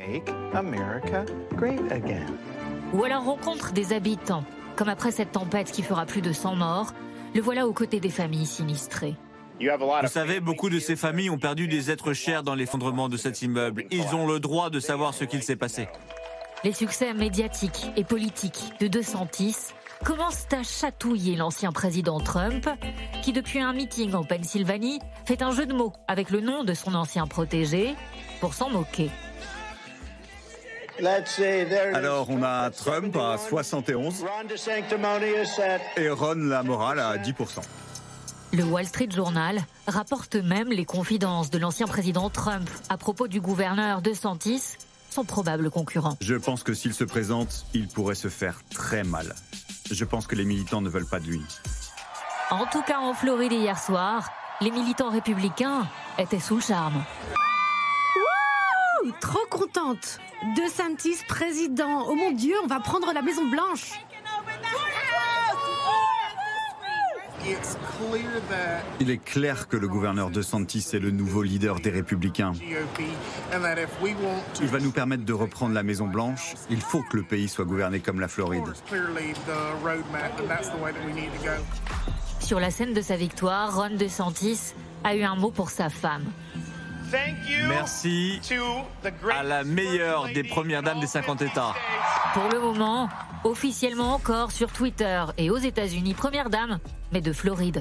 Ou alors rencontre des habitants. Comme après cette tempête qui fera plus de cent morts, le voilà aux côtés des familles sinistrées. Vous savez, beaucoup de ces familles ont perdu des êtres chers dans l'effondrement de cet immeuble. Ils ont le droit de savoir ce qu'il s'est passé. Les succès médiatiques et politiques de DeSantis commencent à chatouiller l'ancien président Trump, qui depuis un meeting en Pennsylvanie fait un jeu de mots avec le nom de son ancien protégé pour s'en moquer. Alors, on a Trump à soixante et onze et Ron la morale à dix pour cent. Le Wall Street Journal rapporte même les confidences de l'ancien président Trump à propos du gouverneur DeSantis, son probable concurrent. Je pense que s'il se présente, il pourrait se faire très mal. Je pense que les militants ne veulent pas de lui. En tout cas, en Floride hier soir, les militants républicains étaient sous le charme. Wouh, trop contente. DeSantis président. Oh mon Dieu, on va prendre la Maison Blanche. Il est clair que le gouverneur DeSantis est le nouveau leader des républicains. Il va nous permettre de reprendre la Maison Blanche. Il faut que le pays soit gouverné comme la Floride. Sur la scène de sa victoire, Ron DeSantis a eu un mot pour sa femme. Merci à la meilleure des premières dames des cinquante États. Pour le moment, officiellement encore sur Twitter et aux États-Unis, première dame, mais de Floride.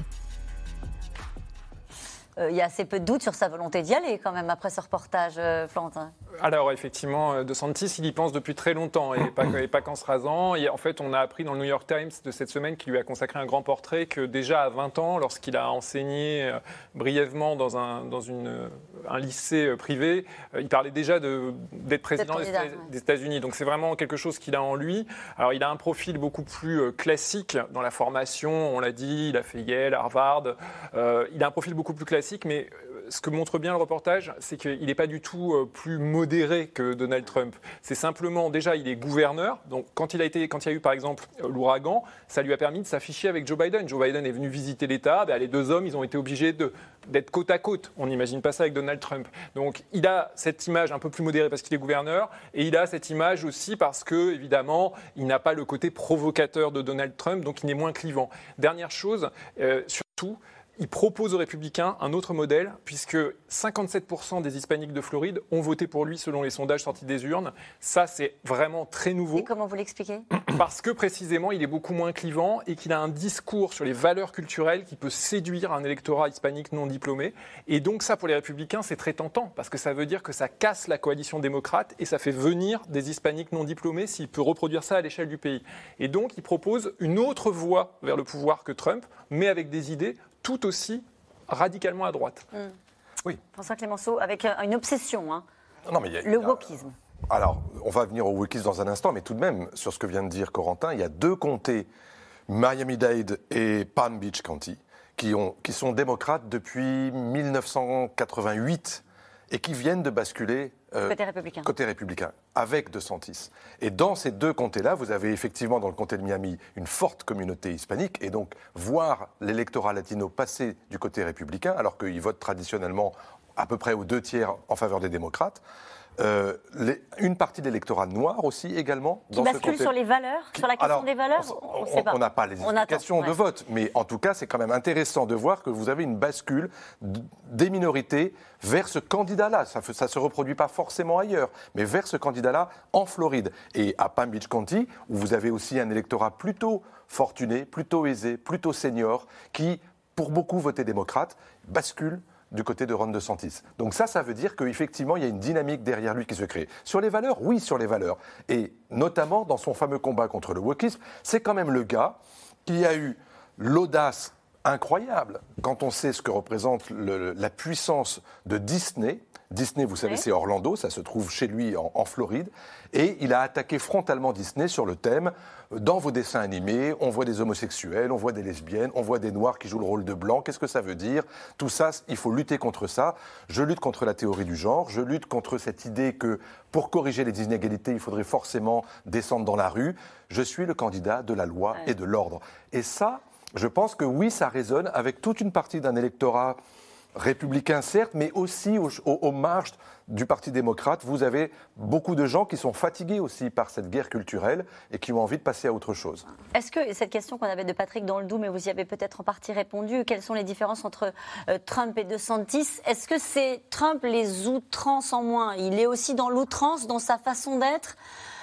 Il y a assez peu de doutes sur sa volonté d'y aller quand même après ce reportage, euh, Florentin. Alors effectivement, DeSantis, il y pense depuis très longtemps et pas, et pas qu'en se rasant. Et en fait, on a appris dans le New York Times de cette semaine qu'il lui a consacré un grand portrait que déjà à vingt ans, lorsqu'il a enseigné brièvement dans un, dans une, un lycée privé, il parlait déjà de, d'être président des, candidat, des, ouais. des États-Unis. Donc c'est vraiment quelque chose qu'il a en lui. Alors il a un profil beaucoup plus classique dans la formation, on l'a dit, il a fait Yale, Harvard. Euh, il a un profil beaucoup plus classique, mais ce que montre bien le reportage, c'est qu'il n'est pas du tout plus modéré que Donald Trump. C'est simplement, déjà, il est gouverneur. Donc, quand il a été, quand il y a eu, par exemple, l'ouragan, ça lui a permis de s'afficher avec Joe Biden. Joe Biden est venu visiter l'État. Ben, les deux hommes, ils ont été obligés de, d'être côte à côte. On n'imagine pas ça avec Donald Trump. Donc, il a cette image un peu plus modérée parce qu'il est gouverneur. Et il a cette image aussi parce que, évidemment, il n'a pas le côté provocateur de Donald Trump. Donc, il est moins clivant. Dernière chose, euh, surtout, il propose aux Républicains un autre modèle, puisque cinquante-sept pour cent des Hispaniques de Floride ont voté pour lui selon les sondages sortis des urnes. Ça, c'est vraiment très nouveau. Et comment vous l'expliquez ? Parce que précisément, il est beaucoup moins clivant et qu'il a un discours sur les valeurs culturelles qui peut séduire un électorat hispanique non diplômé. Et donc ça, pour les Républicains, c'est très tentant, parce que ça veut dire que ça casse la coalition démocrate et ça fait venir des Hispaniques non diplômés s'il peut reproduire ça à l'échelle du pays. Et donc, il propose une autre voie vers le pouvoir que Trump, mais avec des idées tout aussi radicalement à droite. Mmh. Oui. François Clémenceau, avec une obsession, hein. Non, mais il y a, le wokisme. Alors, on va venir au wokisme dans un instant, mais tout de même, sur ce que vient de dire Corentin, il y a deux comtés, Miami-Dade et Palm Beach County, qui, ont, qui sont démocrates depuis mille neuf cent quatre-vingt-huit et qui viennent de basculer euh, côté républicain. côté républicain, avec DeSantis. Et dans ces deux comtés-là, vous avez effectivement dans le comté de Miami une forte communauté hispanique, et donc voir l'électorat latino passer du côté républicain, alors qu'ils votent traditionnellement à peu près aux deux tiers en faveur des démocrates. Euh, les, une partie de l'électorat noir aussi également. Qui dans bascule ce comté. sur les valeurs, sur la question Alors, des valeurs. On n'a pas. pas les explications de ouais. vote, mais en tout cas, c'est quand même intéressant de voir que vous avez une bascule des minorités vers ce candidat-là. Ça ne se reproduit pas forcément ailleurs, mais vers ce candidat-là en Floride. Et à Palm Beach County, où vous avez aussi un électorat plutôt fortuné, plutôt aisé, plutôt senior, qui, pour beaucoup voter démocrate, bascule du côté de Ron DeSantis. Donc ça, ça veut dire qu'effectivement, il y a une dynamique derrière lui qui se crée. Sur les valeurs, oui, sur les valeurs. Et notamment dans son fameux combat contre le wokisme, c'est quand même le gars qui a eu l'audace incroyable quand on sait ce que représente le, la puissance de Disney. Disney, vous savez, oui. c'est Orlando, ça se trouve chez lui en, en Floride. Et il a attaqué frontalement Disney sur le thème, dans vos dessins animés, on voit des homosexuels, on voit des lesbiennes, on voit des noirs qui jouent le rôle de blancs. Qu'est-ce que ça veut dire ? Tout ça, il faut lutter contre ça. Je lutte contre la théorie du genre, je lutte contre cette idée que pour corriger les inégalités, il faudrait forcément descendre dans la rue. Je suis le candidat de la loi ouais. et de l'ordre. Et ça, je pense que oui, ça résonne avec toute une partie d'un électorat républicain, certes, mais aussi aux, aux, aux marges du Parti démocrate. Vous avez beaucoup de gens qui sont fatigués aussi par cette guerre culturelle et qui ont envie de passer à autre chose. Est-ce que cette question qu'on avait de Patrick dans le Doubs, mais vous y avez peut-être en partie répondu, quelles sont les différences entre euh, Trump et DeSantis ? Est-ce que c'est Trump les outrances en moins ? Il est aussi dans l'outrance, dans sa façon d'être ?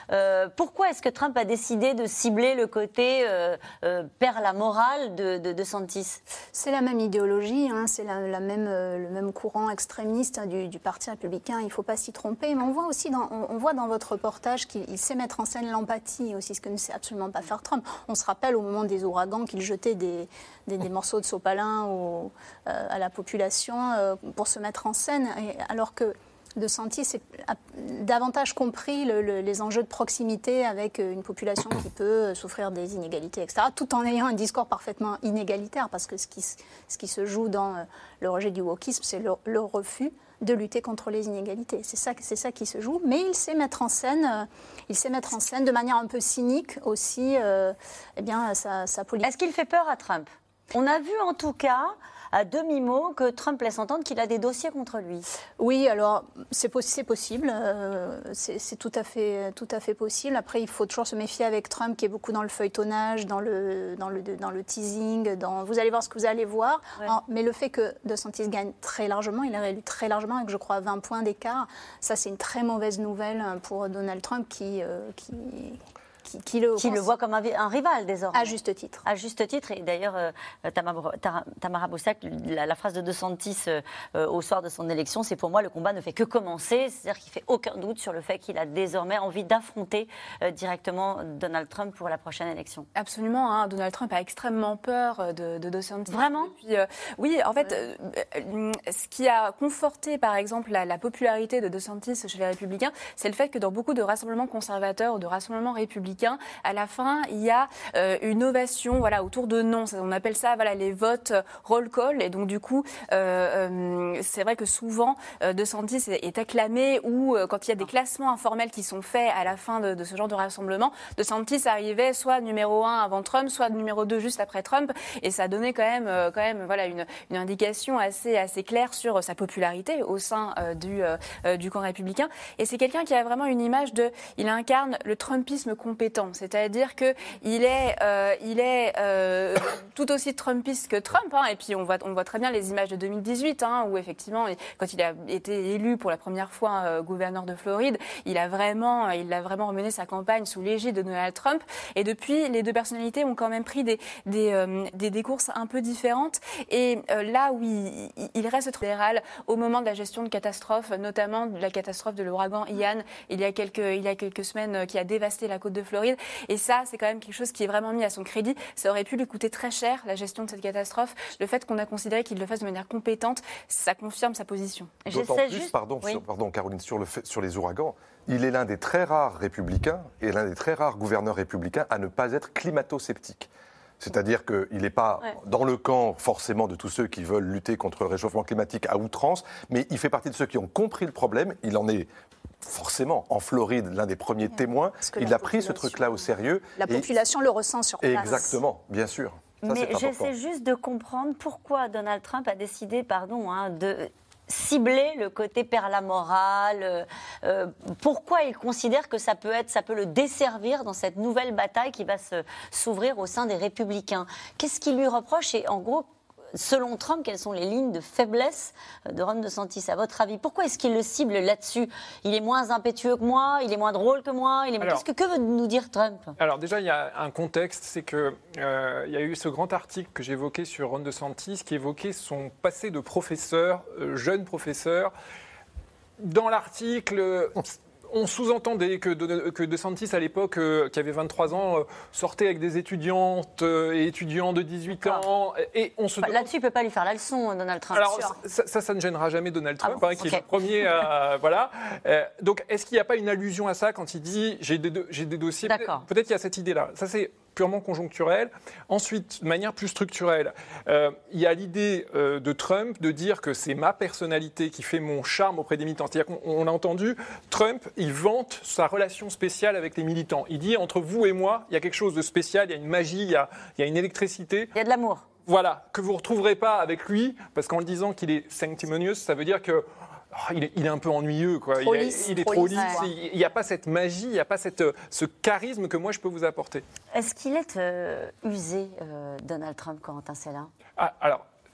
Euh, pourquoi est-ce que Trump a décidé de cibler le côté euh, euh, père la morale de, de, de DeSantis? C'est la même idéologie, hein, c'est la, la même, euh, le même courant extrémiste hein, du, du Parti républicain, il ne faut pas s'y tromper. Mais on voit aussi dans, on, on voit dans votre reportage qu'il sait mettre en scène l'empathie aussi, ce que ne sait absolument pas faire Trump. On se rappelle au moment des ouragans qu'il jetait des, des, des morceaux de sopalin au, euh, à la population euh, pour se mettre en scène, et, alors que DeSantis a davantage compris le, le, les enjeux de proximité avec une population qui peut souffrir des inégalités, et cetera, tout en ayant un discours parfaitement inégalitaire, parce que ce qui, ce qui se joue dans le rejet du wokisme, c'est le, le refus de lutter contre les inégalités. C'est ça, c'est ça qui se joue, mais il sait mettre en scène, il sait mettre en scène de manière un peu cynique aussi euh, eh bien, sa, sa politique. Est-ce qu'il fait peur à Trump? On a vu en tout cas à demi-mot que Trump laisse entendre qu'il a des dossiers contre lui. Oui, alors c'est possi possible, euh, c'est tout à fait, tout à fait possible. Après, il faut toujours se méfier avec Trump qui est beaucoup dans le feuilletonnage, dans le, dans le, dans le teasing, dans vous allez voir ce que vous allez voir. Ouais. Alors, mais le fait que DeSantis gagne très largement, il est réélu très largement avec je crois vingt points d'écart, ça c'est une très mauvaise nouvelle pour Donald Trump qui... Euh, qui Qui, qui, le, qui le voit comme un, un rival désormais. À juste titre. À juste titre. Et d'ailleurs, euh, Tamara, Tamara Boussac, la, la phrase de DeSantis euh, euh, au soir de son élection, c'est pour moi le combat ne fait que commencer. C'est-à-dire qu'il ne fait aucun doute sur le fait qu'il a désormais envie d'affronter euh, directement Donald Trump pour la prochaine élection. Absolument. Hein, Donald Trump a extrêmement peur de, de DeSantis. Vraiment Depuis, euh, Oui, en fait, ouais. euh, ce qui a conforté, par exemple, la, la popularité de DeSantis chez les Républicains, c'est le fait que dans beaucoup de rassemblements conservateurs ou de rassemblements républicains, à la fin, il y a euh, une ovation voilà, autour de non. On appelle ça voilà, les votes roll call. Et donc, du coup, euh, euh, c'est vrai que souvent, euh, DeSantis est, est acclamé ou euh, quand il y a des classements informels qui sont faits à la fin de, de ce genre de rassemblement, DeSantis arrivait soit numéro un avant Trump, soit numéro deux juste après Trump. Et ça donnait quand même, euh, quand même voilà, une, une indication assez, assez claire sur sa popularité au sein euh, du, euh, du camp républicain. Et c'est quelqu'un qui a vraiment une image de... Il incarne le Trumpisme compétent. C'est-à-dire qu'il est, euh, il est euh, tout aussi Trumpiste que Trump. Hein, et puis on voit, on voit très bien les images de deux mille dix-huit, hein, où effectivement, quand il a été élu pour la première fois euh, gouverneur de Floride, il a vraiment, il a vraiment mené sa campagne sous l'égide de Donald Trump. Et depuis, les deux personnalités ont quand même pris des, des, euh, des, des courses un peu différentes. Et euh, là où il, il reste fédéral au moment de la gestion de catastrophes, notamment de la catastrophe de l'ouragan Ian, il y a quelques, il y a quelques semaines, qui a dévasté la côte de Floride. Et ça, c'est quand même quelque chose qui est vraiment mis à son crédit. Ça aurait pu lui coûter très cher, la gestion de cette catastrophe. Le fait qu'on a considéré qu'il le fasse de manière compétente, ça confirme sa position. D'autant plus, juste... pardon, oui. sur, pardon, Caroline, sur, le fait, sur les ouragans, il est l'un des très rares républicains et l'un des très rares gouverneurs républicains à ne pas être climato-sceptique. C'est-à-dire qu'il n'est pas ouais. dans le camp forcément de tous ceux qui veulent lutter contre le réchauffement climatique à outrance, mais il fait partie de ceux qui ont compris le problème. Il en est forcément en Floride l'un des premiers ouais. témoins. Il a pris ce truc-là au sérieux. La population le ressent sur place. Exactement, bien sûr. Ça, mais j'essaie juste de comprendre pourquoi Donald Trump a décidé, pardon, hein, de... cibler le côté père la morale, euh, pourquoi il considère que ça peut être, ça peut le desservir dans cette nouvelle bataille qui va se, s'ouvrir au sein des Républicains. Qu'est-ce qu'il lui reproche et en gros, selon Trump, quelles sont les lignes de faiblesse de Ron DeSantis, à votre avis? Pourquoi est-ce qu'il le cible là-dessus? Il est moins impétueux que moi, il est moins drôle que moi, il est... Alors, qu'est-ce que, que veut nous dire Trump? Alors déjà, il y a un contexte, c'est qu'il euh, y a eu ce grand article que j'évoquais sur Ron DeSantis qui évoquait son passé de professeur, euh, jeune professeur. Dans l'article... On sous-entendait que, de, que DeSantis, à l'époque, euh, qui avait vingt-trois ans, euh, sortait avec des étudiantes euh, et étudiants de dix-huit ans. Et on se bah, demande... Là-dessus, il ne peut pas lui faire la leçon, Donald Trump. Alors, ça, ça, ça ne gênera jamais Donald Trump, ah bon, hein, qui okay. est le premier à... voilà. Euh, donc, est-ce qu'il n'y a pas une allusion à ça quand il dit « j'ai des, j'ai des dossiers » D'accord. Peut-être, peut-être qu'il y a cette idée-là. Ça, c'est purement conjoncturel. Ensuite, de manière plus structurelle, euh, il y a l'idée euh, de Trump de dire que c'est ma personnalité qui fait mon charme auprès des militants. C'est-à-dire qu'on a entendu, Trump, il vante sa relation spéciale avec les militants. Il dit, entre vous et moi, il y a quelque chose de spécial, il y a une magie, il y a, il y a une électricité. Il y a de l'amour. Voilà, que vous ne retrouverez pas avec lui, parce qu'en le disant qu'il est sanctimonious, ça veut dire que Oh, il, est, il est un peu ennuyeux, quoi. Trop il, lisse, il est trop trop lisse. lisse. Ouais. Il n'y a pas cette magie, il n'y a pas cette, ce charisme que moi je peux vous apporter. Est-ce qu'il est euh, usé, euh, Donald Trump, Corentin Cella? Ah, alors.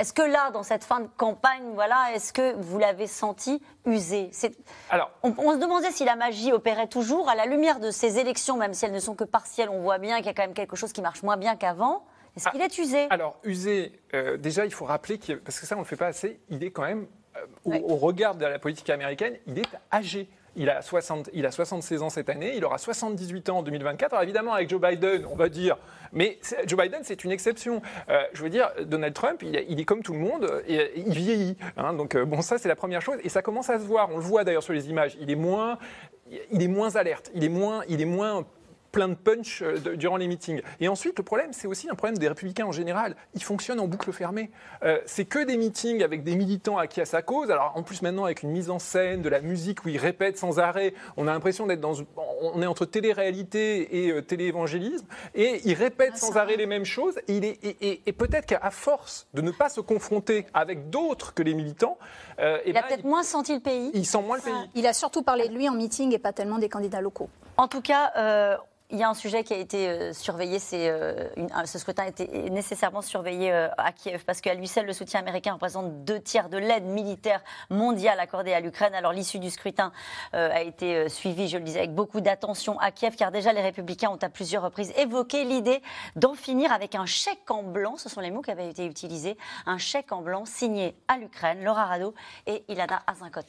Est-ce que là, dans cette fin de campagne, voilà, est-ce que vous l'avez senti usé? C'est... Alors, on, on se demandait si la magie opérait toujours à la lumière de ces élections, même si elles ne sont que partielles. On voit bien qu'il y a quand même quelque chose qui marche moins bien qu'avant. Est-ce qu'il est usé? Alors, usé, euh, déjà, il faut rappeler, qu'il, parce que ça, on ne le fait pas assez, il est quand même, euh, au, oui. au regard de la politique américaine, il est âgé. Il a, soixante, il a soixante-seize ans cette année, il aura soixante-dix-huit ans en deux mille vingt-quatre. Alors évidemment, avec Joe Biden, on va dire, mais Joe Biden, c'est une exception. Euh, je veux dire, Donald Trump, il, il est comme tout le monde, et, et il vieillit. Hein, donc euh, bon, ça, c'est la première chose. Et ça commence à se voir. On le voit d'ailleurs sur les images. Il est moins, il est moins alerte, il est moins, il est moins plein de punch de, durant les meetings. Et ensuite, le problème, c'est aussi un problème des républicains en général. Ils fonctionnent en boucle fermée. Euh, c'est que des meetings avec des militants acquis à sa cause. Alors, en plus, maintenant, avec une mise en scène, de la musique où ils répètent sans arrêt, on a l'impression d'être dans... On est entre télé-réalité et euh, télé-évangélisme. Et ils répètent ah, sans arrêt les mêmes choses. Et, il est, et, et, et peut-être qu'à force de ne pas se confronter avec d'autres que les militants... Euh, il a ben, peut-être il, moins senti le pays. Il sent moins le pays. Il a surtout parlé de lui en meeting et pas tellement des candidats locaux. En tout cas... Euh, il y a un sujet qui a été euh, surveillé, c'est, euh, une, ce scrutin a été nécessairement surveillé euh, à Kiev, parce qu'à lui seul, le soutien américain représente deux tiers de l'aide militaire mondiale accordée à l'Ukraine. Alors l'issue du scrutin euh, a été euh, suivie, je le disais, avec beaucoup d'attention à Kiev, car déjà les républicains ont à plusieurs reprises évoqué l'idée d'en finir avec un chèque en blanc, ce sont les mots qui avaient été utilisés, un chèque en blanc signé à l'Ukraine. Laura Rado et Ilana Azinkot.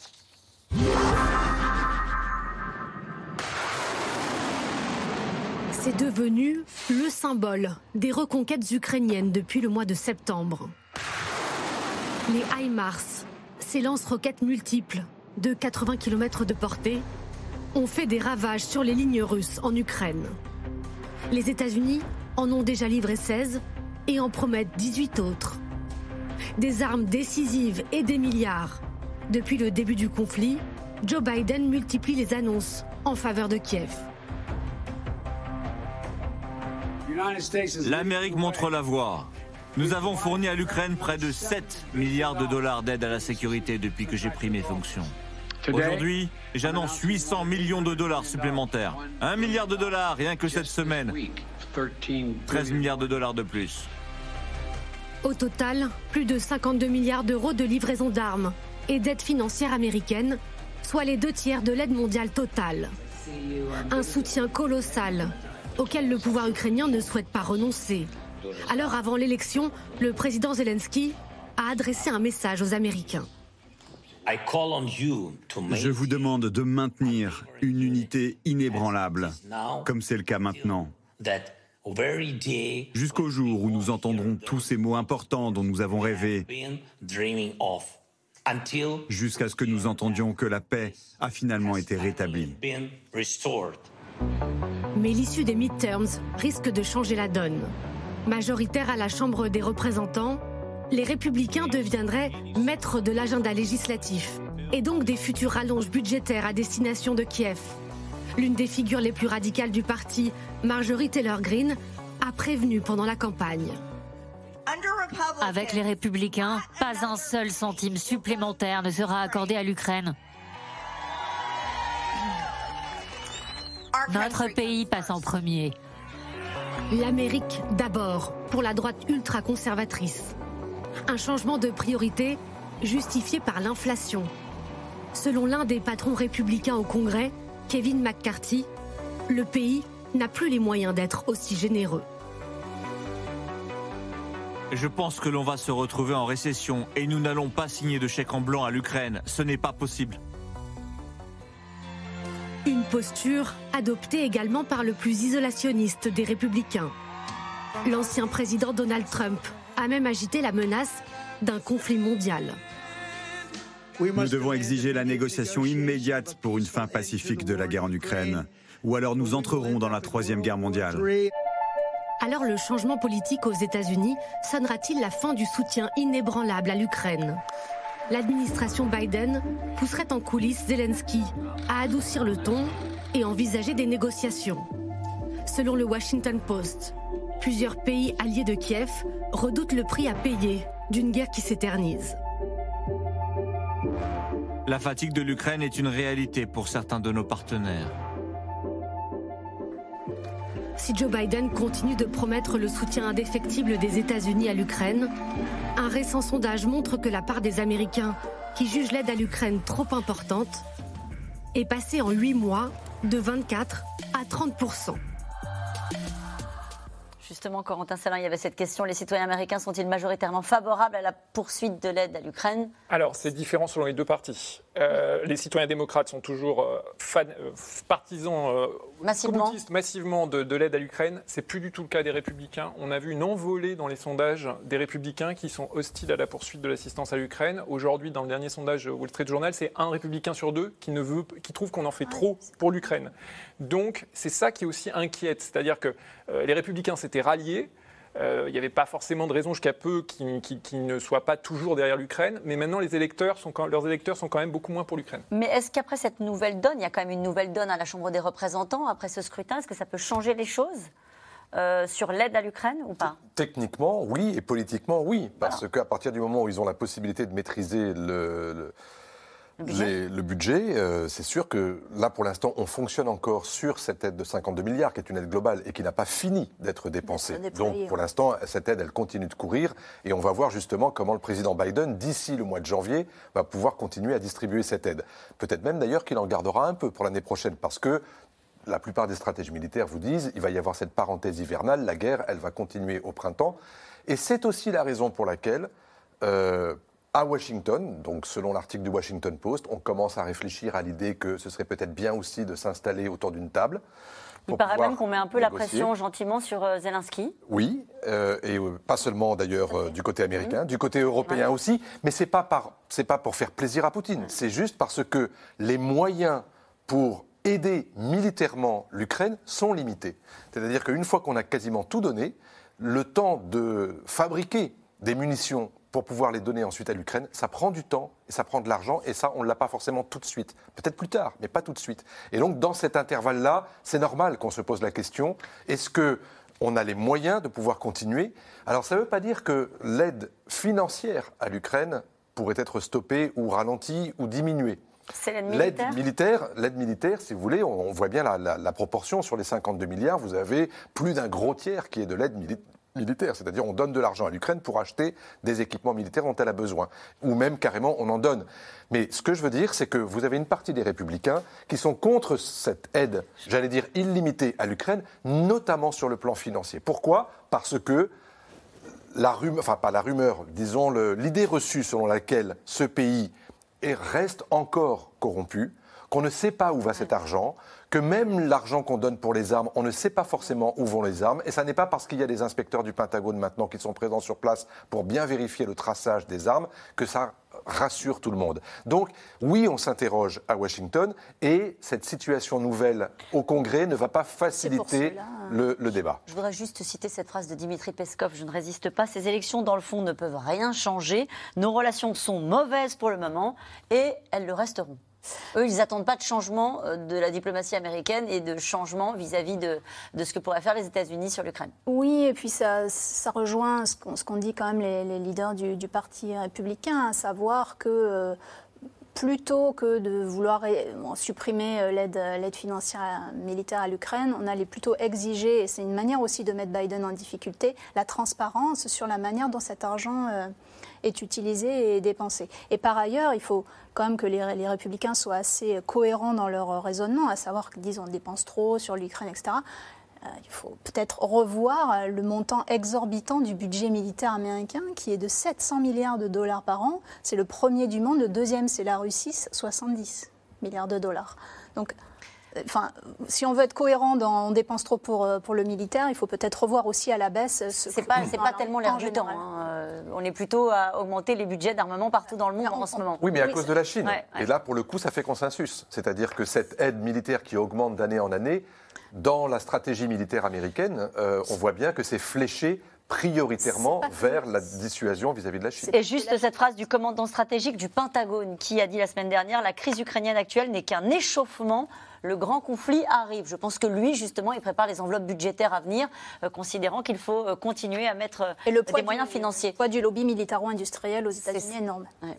C'est devenu le symbole des reconquêtes ukrainiennes depuis le mois de septembre. Les HIMARS, ces lance-roquettes multiples de quatre-vingts kilomètres de portée, ont fait des ravages sur les lignes russes en Ukraine. Les États-Unis en ont déjà livré seize et en promettent dix-huit autres. Des armes décisives et des milliards. Depuis le début du conflit, Joe Biden multiplie les annonces en faveur de Kiev. L'Amérique montre la voie. Nous avons fourni à l'Ukraine près de sept milliards de dollars d'aide à la sécurité depuis que j'ai pris mes fonctions. Aujourd'hui, j'annonce huit cents millions de dollars supplémentaires. un milliard de dollars rien que cette semaine. treize milliards de dollars de plus. Au total, plus de cinquante-deux milliards d'euros de livraison d'armes et d'aide financière américaine, soit les deux tiers de l'aide mondiale totale. Un soutien colossal auquel le pouvoir ukrainien ne souhaite pas renoncer. Alors, avant l'élection, le président Zelensky a adressé un message aux Américains. Je vous demande de maintenir une unité inébranlable, comme c'est le cas maintenant. Jusqu'au jour où nous entendrons tous ces mots importants dont nous avons rêvé, jusqu'à ce que nous entendions que la paix a finalement été rétablie. Mais l'issue des midterms risque de changer la donne. Majoritaires à la Chambre des représentants, les républicains deviendraient maîtres de l'agenda législatif et donc des futures rallonges budgétaires à destination de Kiev. L'une des figures les plus radicales du parti, Marjorie Taylor Greene, a prévenu pendant la campagne. Avec les républicains, pas un seul centime supplémentaire ne sera accordé à l'Ukraine. Notre pays passe en premier. L'Amérique d'abord, pour la droite ultra-conservatrice. Un changement de priorité justifié par l'inflation. Selon l'un des patrons républicains au Congrès, Kevin McCarthy, le pays n'a plus les moyens d'être aussi généreux. Je pense que l'on va se retrouver en récession et nous n'allons pas signer de chèque en blanc à l'Ukraine. Ce n'est pas possible. Une posture adoptée également par le plus isolationniste des républicains. L'ancien président Donald Trump a même agité la menace d'un conflit mondial. Nous devons exiger la négociation immédiate pour une fin pacifique de la guerre en Ukraine, ou alors nous entrerons dans la troisième guerre mondiale. Alors le changement politique aux États-Unis sonnera-t-il la fin du soutien inébranlable à l'Ukraine ? L'administration Biden pousserait en coulisses Zelensky à adoucir le ton et envisager des négociations. Selon le Washington Post, plusieurs pays alliés de Kiev redoutent le prix à payer d'une guerre qui s'éternise. La fatigue de l'Ukraine est une réalité pour certains de nos partenaires. si Joe Biden continue de promettre le soutien indéfectible des États-Unis à l'Ukraine. Un récent sondage montre que la part des Américains qui jugent l'aide à l'Ukraine trop importante est passée en huit mois de vingt-quatre à trente pour cent. Justement, Corentin Salin, il y avait cette question. Les citoyens américains sont-ils majoritairement favorables à la poursuite de l'aide à l'Ukraine ? Alors, c'est différent selon les deux partis. Euh, les citoyens démocrates sont toujours euh, fan, euh, partisans euh, massivement, complotistes, massivement de, de l'aide à l'Ukraine. C'est plus du tout le cas des républicains. On a vu une envolée dans les sondages des républicains qui sont hostiles à la poursuite de l'assistance à l'Ukraine. Aujourd'hui, dans le dernier sondage Wall Street Journal, c'est un républicain sur deux qui, ne veut, qui trouve qu'on en fait trop pour l'Ukraine. Donc, c'est ça qui aussi inquiète. C'est-à-dire que euh, les républicains s'étaient ralliés. Euh, il n'y avait pas forcément de raison jusqu'à peu qu'ils qui, qui ne soient pas toujours derrière l'Ukraine, mais maintenant les électeurs sont quand, leurs électeurs sont quand même beaucoup moins pour l'Ukraine. Mais est-ce qu'après cette nouvelle donne, il y a quand même une nouvelle donne à la Chambre des représentants après ce scrutin, est-ce que ça peut changer les choses euh, sur l'aide à l'Ukraine ou pas ? Techniquement, oui, et politiquement, oui, parce voilà. qu'à partir du moment où ils ont la possibilité de maîtriser le... le... Le budget, Les, le budget euh, c'est sûr que là, pour l'instant, on fonctionne encore sur cette aide de cinquante-deux milliards, qui est une aide globale et qui n'a pas fini d'être dépensée. Donc, pour l'instant, cette aide, elle continue de courir. Et on va voir justement comment le président Biden, d'ici le mois de janvier, va pouvoir continuer à distribuer cette aide. Peut-être même d'ailleurs qu'il en gardera un peu pour l'année prochaine, parce que la plupart des stratèges militaires vous disent il va y avoir cette parenthèse hivernale, la guerre, elle va continuer au printemps. Et c'est aussi la raison pour laquelle... Euh, À Washington, donc selon l'article du Washington Post, on commence à réfléchir à l'idée que ce serait peut-être bien aussi de s'installer autour d'une table. Il paraît même qu'on met un peu négocier. la pression gentiment sur euh, Zelensky. Oui, euh, et euh, pas seulement d'ailleurs euh, du côté américain, mmh. du côté européen ouais. aussi, mais c'est pas par, c'est pas pour faire plaisir à Poutine, c'est juste parce que les moyens pour aider militairement l'Ukraine sont limités. C'est-à-dire qu'une fois qu'on a quasiment tout donné, le temps de fabriquer des munitions pour pouvoir les donner ensuite à l'Ukraine, ça prend du temps et ça prend de l'argent, et ça, on ne l'a pas forcément tout de suite. Peut-être plus tard, mais pas tout de suite. Et donc, dans cet intervalle-là, c'est normal qu'on se pose la question, est-ce qu'on a les moyens de pouvoir continuer ? Alors, ça ne veut pas dire que l'aide financière à l'Ukraine pourrait être stoppée ou ralentie ou diminuée. C'est l'aide militaire. L'aide militaire, l'aide militaire, si vous voulez, on, on voit bien la, la, la proportion sur les cinquante-deux milliards, vous avez plus d'un gros tiers qui est de l'aide militaire. militaire, c'est-à-dire on donne de l'argent à l'Ukraine pour acheter des équipements militaires dont elle a besoin, ou même carrément on en donne. Mais ce que je veux dire, c'est que vous avez une partie des républicains qui sont contre cette aide, j'allais dire illimitée à l'Ukraine, notamment sur le plan financier. Pourquoi ? Parce que la rumeur, enfin pas la rumeur, disons le, l'idée reçue selon laquelle ce pays est, reste encore corrompu, qu'on ne sait pas où va cet argent, que même l'argent qu'on donne pour les armes, on ne sait pas forcément où vont les armes. Et ça n'est pas parce qu'il y a des inspecteurs du Pentagone maintenant qui sont présents sur place pour bien vérifier le traçage des armes que ça rassure tout le monde. Donc, oui, on s'interroge à Washington et cette situation nouvelle au Congrès ne va pas faciliter cela, hein. le, le débat. Je voudrais juste citer cette phrase de Dimitri Peskov, je ne résiste pas. Ces élections, dans le fond, ne peuvent rien changer. Nos relations sont mauvaises pour le moment et elles le resteront. Eux, ils n'attendent pas de changement de la diplomatie américaine et de changement vis-à-vis de, de ce que pourraient faire les États-Unis sur l'Ukraine. Oui, et puis ça, ça rejoint ce qu'on, ce qu'on dit quand même les, les leaders du, du Parti républicain, à savoir que euh, plutôt que de vouloir bon, supprimer l'aide, l'aide financière militaire à l'Ukraine, on allait plutôt exiger, et c'est une manière aussi de mettre Biden en difficulté, la transparence sur la manière dont cet argent euh, est utilisé et dépensé. Et par ailleurs, il faut quand même que les, les républicains soient assez cohérents dans leur raisonnement, à savoir qu'ils disent on dépense trop sur l'Ukraine, et cetera. Euh, il faut peut-être revoir le montant exorbitant du budget militaire américain, qui est de sept cents milliards de dollars par an. C'est le premier du monde, le deuxième c'est la Russie, soixante-dix milliards de dollars. Donc, Enfin, si on veut être cohérent dans on dépense trop pour, pour le militaire, il faut peut-être revoir aussi à la baisse. Ce c'est pas, c'est pas tellement l'air du temps. Hein. Euh, on est plutôt à augmenter les budgets d'armement partout dans le monde en ce moment. Oui, mais à oui, cause de la Chine. Ouais, ouais. Et là, pour le coup, ça fait consensus. C'est-à-dire que cette aide militaire qui augmente d'année en année, dans la stratégie militaire américaine, euh, on voit bien que c'est fléché prioritairement vers la dissuasion vis-à-vis de la Chine. Et juste cette phrase du commandant stratégique du Pentagone qui a dit la semaine dernière « La crise ukrainienne actuelle n'est qu'un échauffement, le grand conflit arrive ». Je pense que lui, justement, il prépare les enveloppes budgétaires à venir, euh, considérant qu'il faut euh, continuer à mettre euh, Et le des moyens du, financiers. Le poids du lobby militaro-industriel aux États-Unis est énorme. Ouais.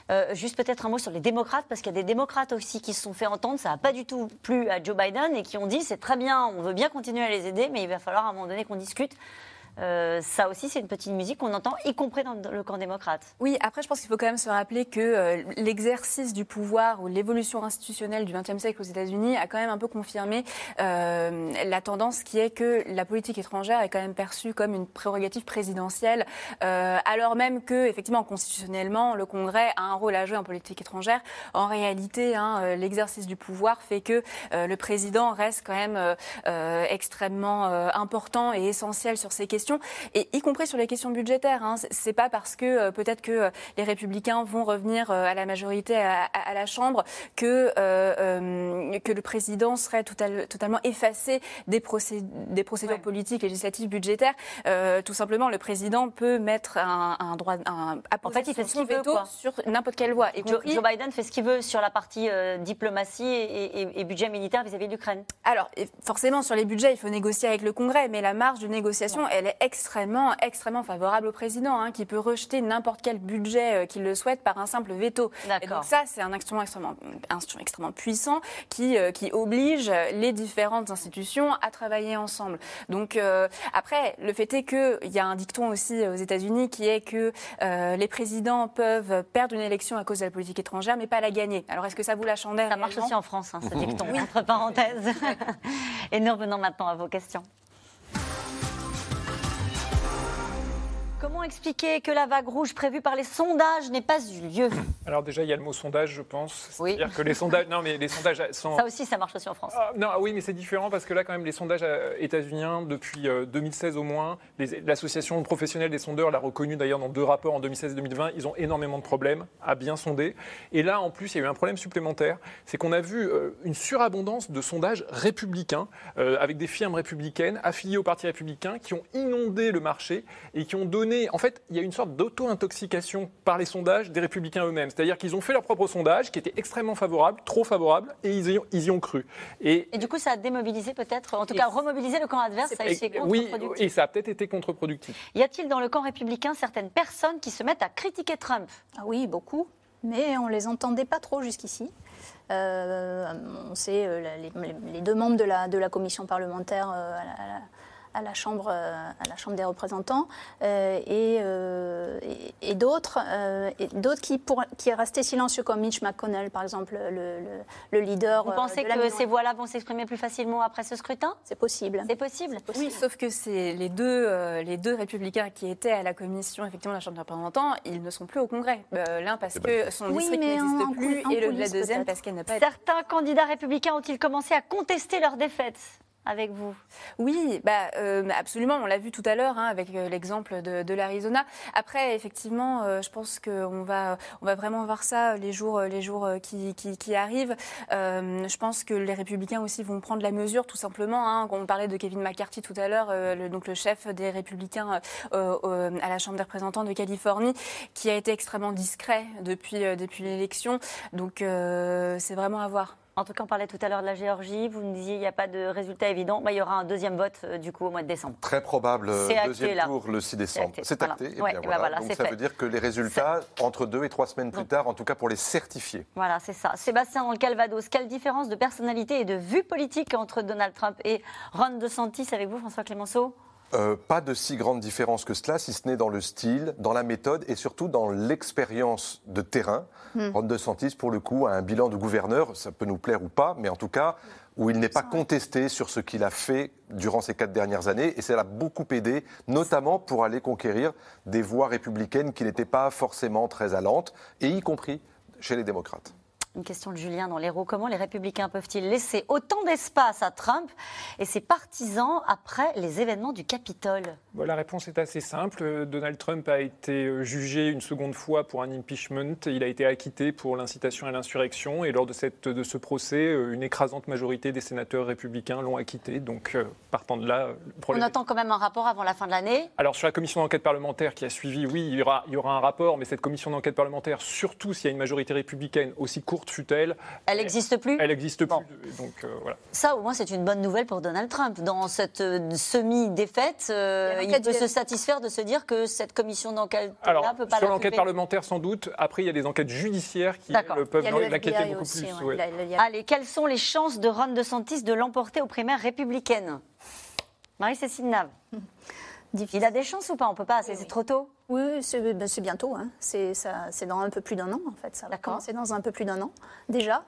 Euh, juste peut-être un mot sur les démocrates, parce qu'il y a des démocrates aussi qui se sont fait entendre, ça n'a pas du tout plu à Joe Biden et qui ont dit c'est très bien, on veut bien continuer à les aider, mais il va falloir à un moment donné qu'on discute. Euh, ça aussi, c'est une petite musique qu'on entend, y compris dans le camp démocrate. Oui, après, je pense qu'il faut quand même se rappeler que euh, l'exercice du pouvoir ou l'évolution institutionnelle du vingtième siècle aux États-Unis a quand même un peu confirmé euh, la tendance qui est que la politique étrangère est quand même perçue comme une prérogative présidentielle, euh, alors même que, effectivement, constitutionnellement, le Congrès a un rôle à jouer en politique étrangère. En réalité, hein, l'exercice du pouvoir fait que euh, le président reste quand même euh, euh, extrêmement euh, important et essentiel sur ces questions. Et y compris sur les questions budgétaires. Hein. C'est pas parce que euh, peut-être que euh, les Républicains vont revenir euh, à la majorité à, à, à la Chambre que euh, euh, que le président serait total, totalement effacé des, procé des procédures ouais. politiques, législatives, budgétaires. Euh, tout simplement, le président peut mettre un, un droit, un, en fait, il fait ce qu'il veut quoi. Sur n'importe quelle voie. Et Joe, Joe Biden fait ce qu'il veut sur la partie euh, diplomatie et, et, et budget militaire vis-à-vis de l'Ukraine. Alors, forcément, sur les budgets, il faut négocier avec le Congrès, mais la marge de négociation, ouais. elle est extrêmement, extrêmement favorable au président, hein, qui peut rejeter n'importe quel budget euh, qu'il le souhaite par un simple veto. Et donc ça, c'est un instrument extrêmement, un instrument extrêmement puissant qui, euh, qui oblige les différentes institutions à travailler ensemble. Donc euh, après, le fait est qu'il y a un dicton aussi aux États-Unis qui est que euh, les présidents peuvent perdre une élection à cause de la politique étrangère, mais pas la gagner. Alors est-ce que ça vous la chandelle? Ça marche aussi en France, hein, ce dicton, oui. Entre parenthèses. Et nous revenons maintenant à vos questions. Comment expliquer que la vague rouge prévue par les sondages n'ait pas eu lieu? Alors déjà, il y a le mot sondage, je pense. Oui. C'est-à-dire que les sondages... Non, mais les sondages sont... Ça aussi, ça marche aussi en France. Ah, non, oui, mais c'est différent parce que là, quand même, les sondages états-uniens, depuis euh, deux mille seize au moins, l'association professionnelle des sondeurs l'a reconnu d'ailleurs dans deux rapports en deux mille seize et deux mille vingt, ils ont énormément de problèmes à bien sonder. Et là, en plus, il y a eu un problème supplémentaire, c'est qu'on a vu euh, une surabondance de sondages républicains, euh, avec des firmes républicaines affiliées au Parti républicain qui ont inondé le marché et qui ont donné... En fait, il y a une sorte d'auto-intoxication par les sondages des républicains eux-mêmes. C'est-à-dire qu'ils ont fait leur propre sondage, qui était extrêmement favorable, trop favorable, et ils y ont, ils y ont cru. Et, et du coup, ça a démobilisé peut-être, en tout cas remobilisé le camp adverse, ça a été contre-productif. Oui, et ça a peut-être été contre-productif. Y a-t-il dans le camp républicain certaines personnes qui se mettent à critiquer Trump? Ah oui, beaucoup, mais on ne les entendait pas trop jusqu'ici. Euh, on sait euh, les, les deux membres de la, de la commission parlementaire euh, à la, à la à la Chambre, euh, à la Chambre des représentants, euh, et, euh, et, et d'autres euh, qui, qui est resté silencieux, comme Mitch McConnell, par exemple, le, le, le leader. Vous pensez que ces voix-là vont s'exprimer plus facilement après ce scrutin? C'est possible. C'est possible. Oui, sauf que c'est les deux, euh, les deux républicains qui étaient à la commission, effectivement, de la Chambre des représentants, ils ne sont plus au Congrès. Euh, L'un parce que son oui, district n'existe en, plus, en et le, la deuxième parce qu'elle n'a pas. Certains candidats républicains ont-ils commencé à contester leur défaite avec vous? Oui, bah, euh, absolument. On l'a vu tout à l'heure hein, avec euh, l'exemple de, de l'Arizona. Après, effectivement, euh, je pense qu'on va, on va vraiment voir ça les jours, les jours qui, qui, qui arrivent. Euh, je pense que les Républicains aussi vont prendre la mesure, tout simplement. Hein. On parlait de Kevin McCarthy tout à l'heure, euh, le, donc le chef des Républicains euh, euh, à la Chambre des représentants de Californie, qui a été extrêmement discret depuis, euh, depuis l'élection. Donc, euh, c'est vraiment à voir. En tout cas, on parlait tout à l'heure de la Géorgie. Vous nous disiez qu'il n'y a pas de résultat évident. Bah, il y aura un deuxième vote euh, du coup au mois de décembre. Très probable acté, deuxième là. tour le six décembre. C'est acté. Voilà. Et bien ouais, voilà. voilà, Donc ça fait. veut dire que les résultats entre deux et trois semaines plus Donc, tard, en tout cas pour les certifiés. Voilà, c'est ça. Sébastien dans le Calvados. Quelle différence de personnalité et de vue politique entre Donald Trump et Ron DeSantis avec vous, François Clémenceau? Euh, pas de si grande différence que cela, si ce n'est dans le style, dans la méthode et surtout dans l'expérience de terrain. Mm. Ron DeSantis, pour le coup, a un bilan de gouverneur, ça peut nous plaire ou pas, mais en tout cas, où il n'est pas contesté sur ce qu'il a fait durant ces quatre dernières années. Et ça l'a beaucoup aidé, notamment pour aller conquérir des voix républicaines qui n'étaient pas forcément très allantes, et y compris chez les démocrates. Une question de Julien dans l'Hérault. Comment les Républicains peuvent-ils laisser autant d'espace à Trump et ses partisans après les événements du Capitole? Bon, la réponse est assez simple. Donald Trump a été jugé une seconde fois pour un impeachment. Il a été acquitté pour l'incitation à l'insurrection. Et lors de, cette, de ce procès, une écrasante majorité des sénateurs républicains l'ont acquitté. Donc, partant de là, le problème... On attend quand même un rapport avant la fin de l'année. Alors, sur la commission d'enquête parlementaire qui a suivi, oui, il y aura, il y aura un rapport. Mais cette commission d'enquête parlementaire, surtout s'il y a une majorité républicaine aussi courte courte fut-elle. Elle n'existe plus Elle n'existe bon. plus. Donc, euh, voilà. Ça, au moins, c'est une bonne nouvelle pour Donald Trump. Dans cette euh, semi-défaite, euh, il, il peut se satisfaire de se dire que cette commission d'enquête là peut pas sur la l'enquête parlementaire, sans doute. Après, il y a des enquêtes judiciaires qui elles, peuvent l'inquiéter beaucoup aussi, plus. Ouais. Ouais. Allez, quelles sont les chances de Ron DeSantis de l'emporter aux primaires républicaines? Marie-Cécile Nave. Difficile. Il a des chances ou pas? On peut pas, c'est oui. trop tôt? Oui, c'est ben, bientôt. Hein. C'est dans un peu plus d'un an, en fait. Ça va commencer dans un peu plus d'un an, déjà.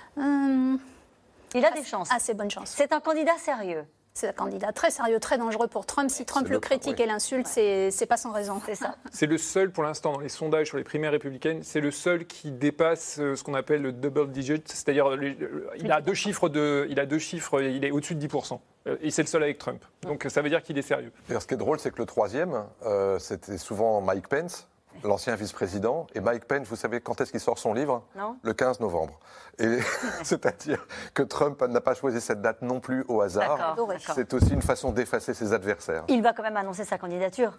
Hum, il a assez, des chances. Assez bonnes chances. C'est un candidat sérieux. C'est un candidat très sérieux, très dangereux pour Trump. Si Trump le critique oui. et l'insulte, ouais. c'est pas sans raison. C'est ça. C'est le seul, pour l'instant, dans les sondages sur les primaires républicaines, c'est le seul qui dépasse ce qu'on appelle le double digit, c'est-à-dire il a deux chiffres, de, il a deux chiffres, il est au-dessus de dix pour cent. Et c'est le seul avec Trump. Donc ça veut dire qu'il est sérieux. Et ce qui est drôle, c'est que le troisième, euh, c'était souvent Mike Pence, l'ancien vice-président. Et Mike Pence, vous savez quand est-ce qu'il sort son livre? Non. Le quinze novembre. Et c'est-à-dire que Trump n'a pas choisi cette date non plus au hasard. C'est aussi une façon d'effacer ses adversaires. Il va quand même annoncer sa candidature.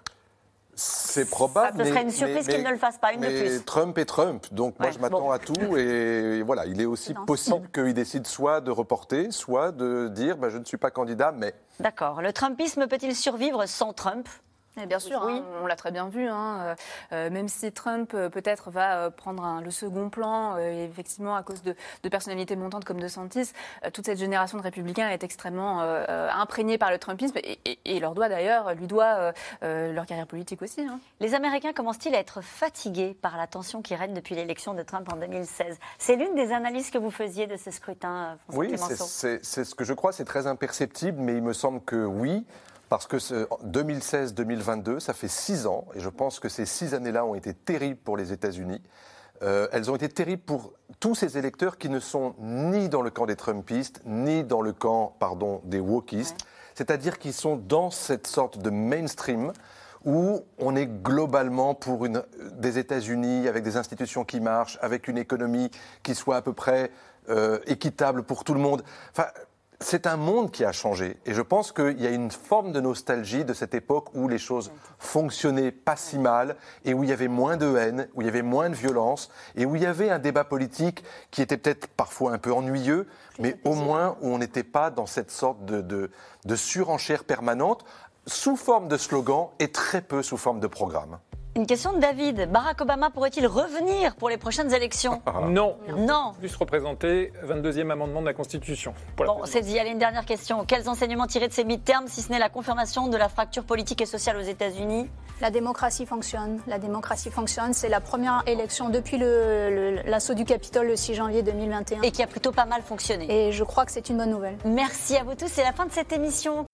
C'est probable. Ça, ce serait une surprise qu'il ne le fasse pas, une mais de plus. Trump est Trump, donc moi ouais, je m'attends bon. à tout. Et voilà, il est aussi non, possible bon. qu'il décide soit de reporter, soit de dire bah, je ne suis pas candidat, mais. D'accord. Le Trumpisme peut-il survivre sans Trump? Et bien sûr, oui. hein, on l'a très bien vu. Hein, euh, même si Trump euh, peut-être va euh, prendre un, le second plan, euh, effectivement à cause de, de personnalités montantes comme DeSantis, euh, toute cette génération de républicains est extrêmement euh, imprégnée par le Trumpisme et, et, et leur doit d'ailleurs, lui doit euh, euh, leur carrière politique aussi. Hein. Les Américains commencent-ils à être fatigués par la tension qui règne depuis l'élection de Trump en deux mille seize? C'est l'une des analyses que vous faisiez de ce scrutin, François Oui, Clemenceau. c'est ce que je crois, c'est très imperceptible, mais il me semble que oui. Parce que deux mille seize deux mille vingt-deux, ça fait six ans, et je pense que ces six années-là ont été terribles pour les États-Unis. Euh, elles ont été terribles pour tous ces électeurs qui ne sont ni dans le camp des Trumpistes, ni dans le camp, pardon, des wokistes. Ouais. C'est-à-dire qu'ils sont dans cette sorte de mainstream où on est globalement pour une, des États-Unis avec des institutions qui marchent, avec une économie qui soit à peu près euh, équitable pour tout le monde. Enfin, c'est un monde qui a changé et je pense qu'il y a une forme de nostalgie de cette époque où les choses fonctionnaient pas si mal et où il y avait moins de haine, où il y avait moins de violence et où il y avait un débat politique qui était peut-être parfois un peu ennuyeux, mais au moins où on n'était pas dans cette sorte de, de, de surenchère permanente sous forme de slogan et très peu sous forme de programme. Une question de David. Barack Obama pourrait-il revenir pour les prochaines élections? Non. Non. Plus représenter vingt-deuxième amendement de la Constitution. Bon, c'est dit. Allez, une dernière question. Quels enseignements tirer de ces midterms, si ce n'est la confirmation de la fracture politique et sociale aux États-Unis? La démocratie fonctionne. La démocratie fonctionne. C'est la première élection depuis l'assaut du Capitole le six janvier deux mille vingt et un. Et qui a plutôt pas mal fonctionné. Et je crois que c'est une bonne nouvelle. Merci à vous tous. C'est la fin de cette émission.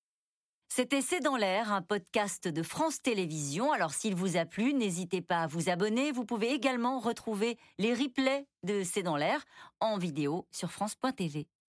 C'était C'est dans l'air, un podcast de France Télévisions. Alors s'il vous a plu, n'hésitez pas à vous abonner. Vous pouvez également retrouver les replays de C'est dans l'air en vidéo sur France point T V.